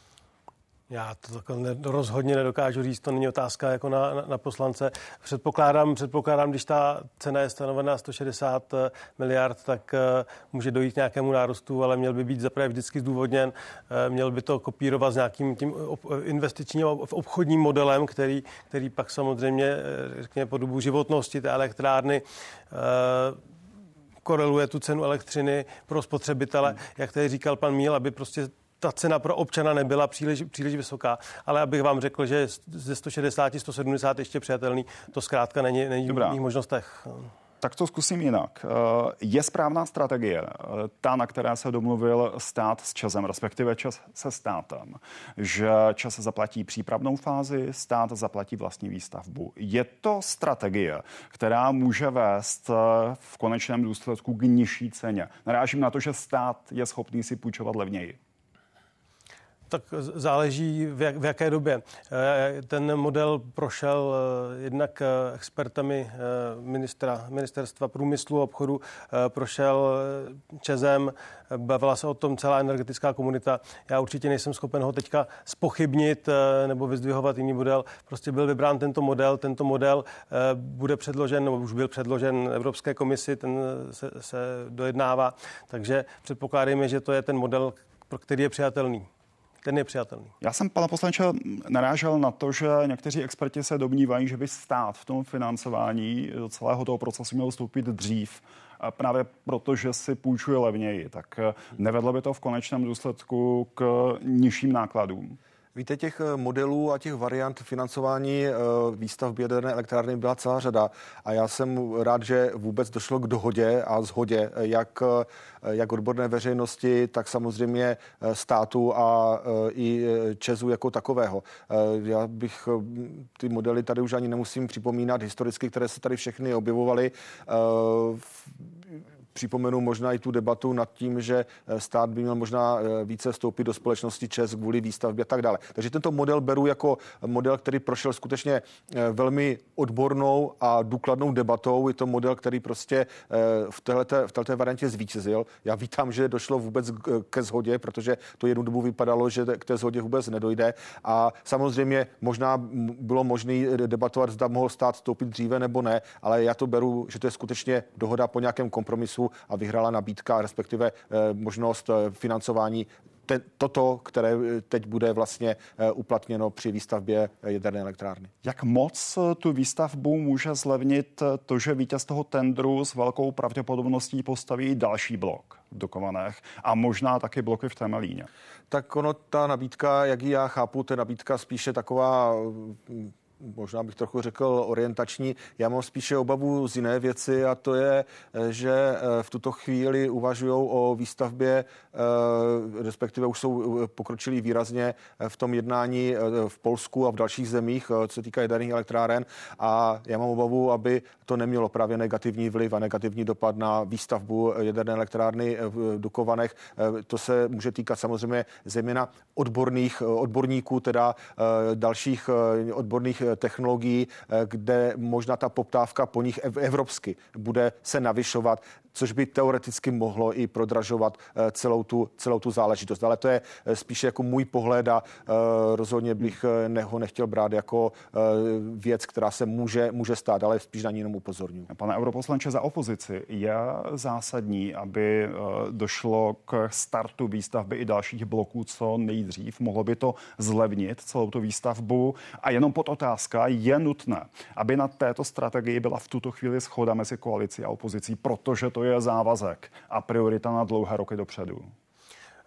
Já to tak rozhodně nedokážu říct, to není otázka jako na, na, na poslance. Předpokládám, předpokládám, když ta cena je stanovená sto šedesát miliard, tak uh, může dojít k nějakému nárůstu, ale měl by být zaprvé vždycky zdůvodněn, uh, měl by to kopírovat s nějakým tím investičním obchodním modelem, který, který pak samozřejmě, řekněme, po dobu životnosti té elektrárny uh, koreluje tu cenu elektřiny pro spotřebitele, hmm. jak tady říkal pan Míl, aby prostě ta cena pro občana nebyla příliš, příliš vysoká, ale abych vám řekl, že ze sto šedesát, sto sedmdesát ještě přijatelný, to zkrátka není, není v jiných možnostech. Tak to zkusím jinak. Je správná strategie, ta, na které se domluvil stát s ČEZem, respektive ČEZ se státem, že ČEZ zaplatí přípravnou fázi, stát zaplatí vlastní výstavbu. Je to strategie, která může vést v konečném důsledku k nižší ceně. Narážím na to, že stát je schopný si půjčovat levněji. Tak záleží v, jak, v jaké době. Ten model prošel jednak expertami ministra, ministerstva průmyslu a obchodu, prošel ČEZem, bavila se o tom celá energetická komunita. Já určitě nejsem schopen ho teďka zpochybnit nebo vyzdvihovat jiný model. Prostě byl vybrán tento model. Tento model bude předložen, nebo už byl předložen Evropské komisi, ten se, se dojednává. Takže předpokládáme, že to je ten model, pro který je přijatelný. Ten je přijatelný. Já jsem, pane poslanče, narážel na to, že někteří experti se domnívají, že by stát v tom financování do celého toho procesu měl vstoupit dřív, právě proto, že si půjčuje levněji. Tak nevedlo by to v konečném důsledku k nižším nákladům? Víte, těch modelů a těch variant financování výstavby jaderné elektrárny byla celá řada a já jsem rád, že vůbec došlo k dohodě a shodě jak, jak odborné veřejnosti, tak samozřejmě státu a i ČEZu jako takového. Já bych ty modely tady už ani nemusím připomínat historicky, které se tady všechny objevovaly. Připomenu možná i tu debatu nad tím, že stát by měl možná více vstoupit do společnosti ČEZ kvůli výstavbě a tak dále. Takže tento model beru jako model, který prošel skutečně velmi odbornou a důkladnou debatou. Je to model, který prostě v této, v této variantě zvítězil. Já vítám, že došlo vůbec ke shodě, protože to jednu dobu vypadalo, že k té shodě vůbec nedojde. A samozřejmě možná bylo možné debatovat, zda mohl stát vstoupit dříve nebo ne, ale já to beru, že to je skutečně dohoda po nějakém kompromisu a vyhrála nabídka, respektive eh, možnost eh, financování te, toto, které teď bude vlastně eh, uplatněno při výstavbě jaderné elektrárny. Jak moc tu výstavbu může zlevnit to, že vítěz toho tendru s velkou pravděpodobností postaví další blok v Dukovanech a možná taky bloky v Temelíně? Tak ono, ta nabídka, jak ji já chápu, to je nabídka spíše taková, možná bych trochu řekl orientační. Já mám spíše obavu z jiné věci a to je, že v tuto chvíli uvažují o výstavbě, respektive už jsou pokročili výrazně v tom jednání v Polsku a v dalších zemích, co se týká jaderných elektráren, a já mám obavu, aby to nemělo právě negativní vliv a negativní dopad na výstavbu jaderné elektrárny v Dukovanech. To se může týkat samozřejmě zejména odborných odborníků, teda dalších odborných technologií, kde možná ta poptávka po nich evropsky bude se navyšovat, což by teoreticky mohlo i prodražovat celou tu, celou tu záležitost. Ale to je spíše jako můj pohled a rozhodně bych ho nechtěl brát jako věc, která se může, může stát, ale spíš na ní jenom upozorňuji. Pane europoslanče, za opozici je zásadní, aby došlo k startu výstavby i dalších bloků co nejdřív. Mohlo by to zlevnit celou tu výstavbu a jenom pod otázka, je nutné, aby na této strategii byla v tuto chvíli shoda mezi koalicí a opozicí, protože to je závazek a priorita na dlouhé roky dopředu.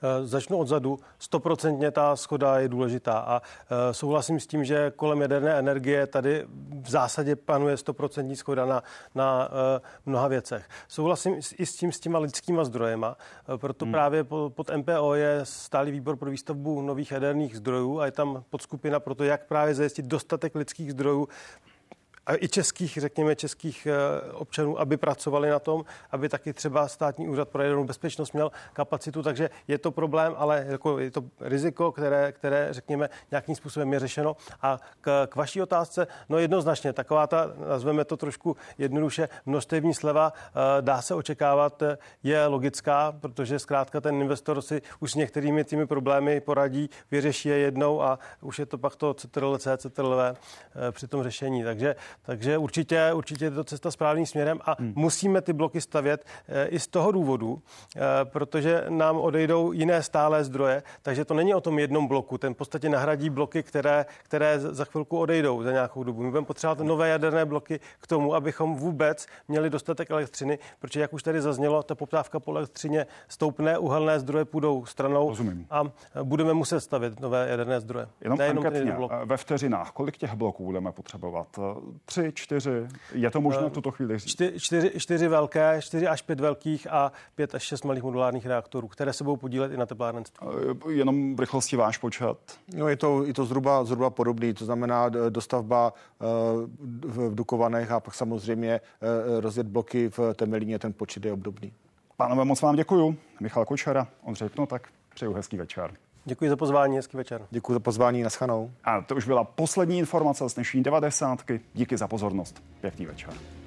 Začnu odzadu. Stoprocentně ta shoda je důležitá a souhlasím s tím, že kolem jaderné energie tady v zásadě panuje stoprocentní shoda na, na mnoha věcech. Souhlasím i s tím, s těma lidskýma zdrojema, proto hmm. právě pod M P O je stálý výbor pro výstavbu nových jaderných zdrojů a je tam podskupina pro to, jak právě zajistit dostatek lidských zdrojů a i českých, řekněme, českých občanů, aby pracovali na tom, aby taky třeba Státní úřad pro jadernou bezpečnost měl kapacitu, takže je to problém, ale jako je to riziko, které, které řekněme, nějakým způsobem je řešeno. A k, k vaší otázce, no jednoznačně, taková ta, nazveme to trošku jednoduše, množstevní sleva dá se očekávat, je logická, protože zkrátka ten investor si už s některými těmi problémy poradí, vyřeší je jednou a už je to pak to C T R L C, C T R L V při tom řešení. Takže Takže určitě, určitě je to cesta správným směrem a hmm. musíme ty bloky stavět e, i z toho důvodu, e, protože nám odejdou jiné stálé zdroje, takže to není o tom jednom bloku. Ten v podstatě nahradí bloky, které, které za chvilku odejdou za nějakou dobu. My budeme potřebovat nové jaderné bloky k tomu, abychom vůbec měli dostatek elektřiny, protože jak už tady zaznělo, ta poptávka po elektřině stoupne, uhelné zdroje půjdou stranou. Rozumím. A budeme muset stavět nové jaderné zdroje. Jenom anketně, ve vteřinách, kolik těch bloků budeme potřebovat? Tři, čtyři, je to možné v tuto chvíli říct? Čty, čtyři, čtyři velké, čtyři až pět velkých a pět až šest malých modulárních reaktorů, které se budou podílet i na teplárenství. Jenom v rychlosti váš počet? No, je to, je to zhruba, zhruba podobný, to znamená dostavba v Dukovanech a pak samozřejmě rozjet bloky v Temelíně, ten počet je obdobný. Pánové, moc vám děkuju. Michal Kučera, Ondřej Pnotek, přeju hezký večer. Děkuji za pozvání, hezký večer. Děkuji za pozvání, naschanou. A to už byla poslední informace z dnešní devadesátky. Díky za pozornost. Pěkný večer.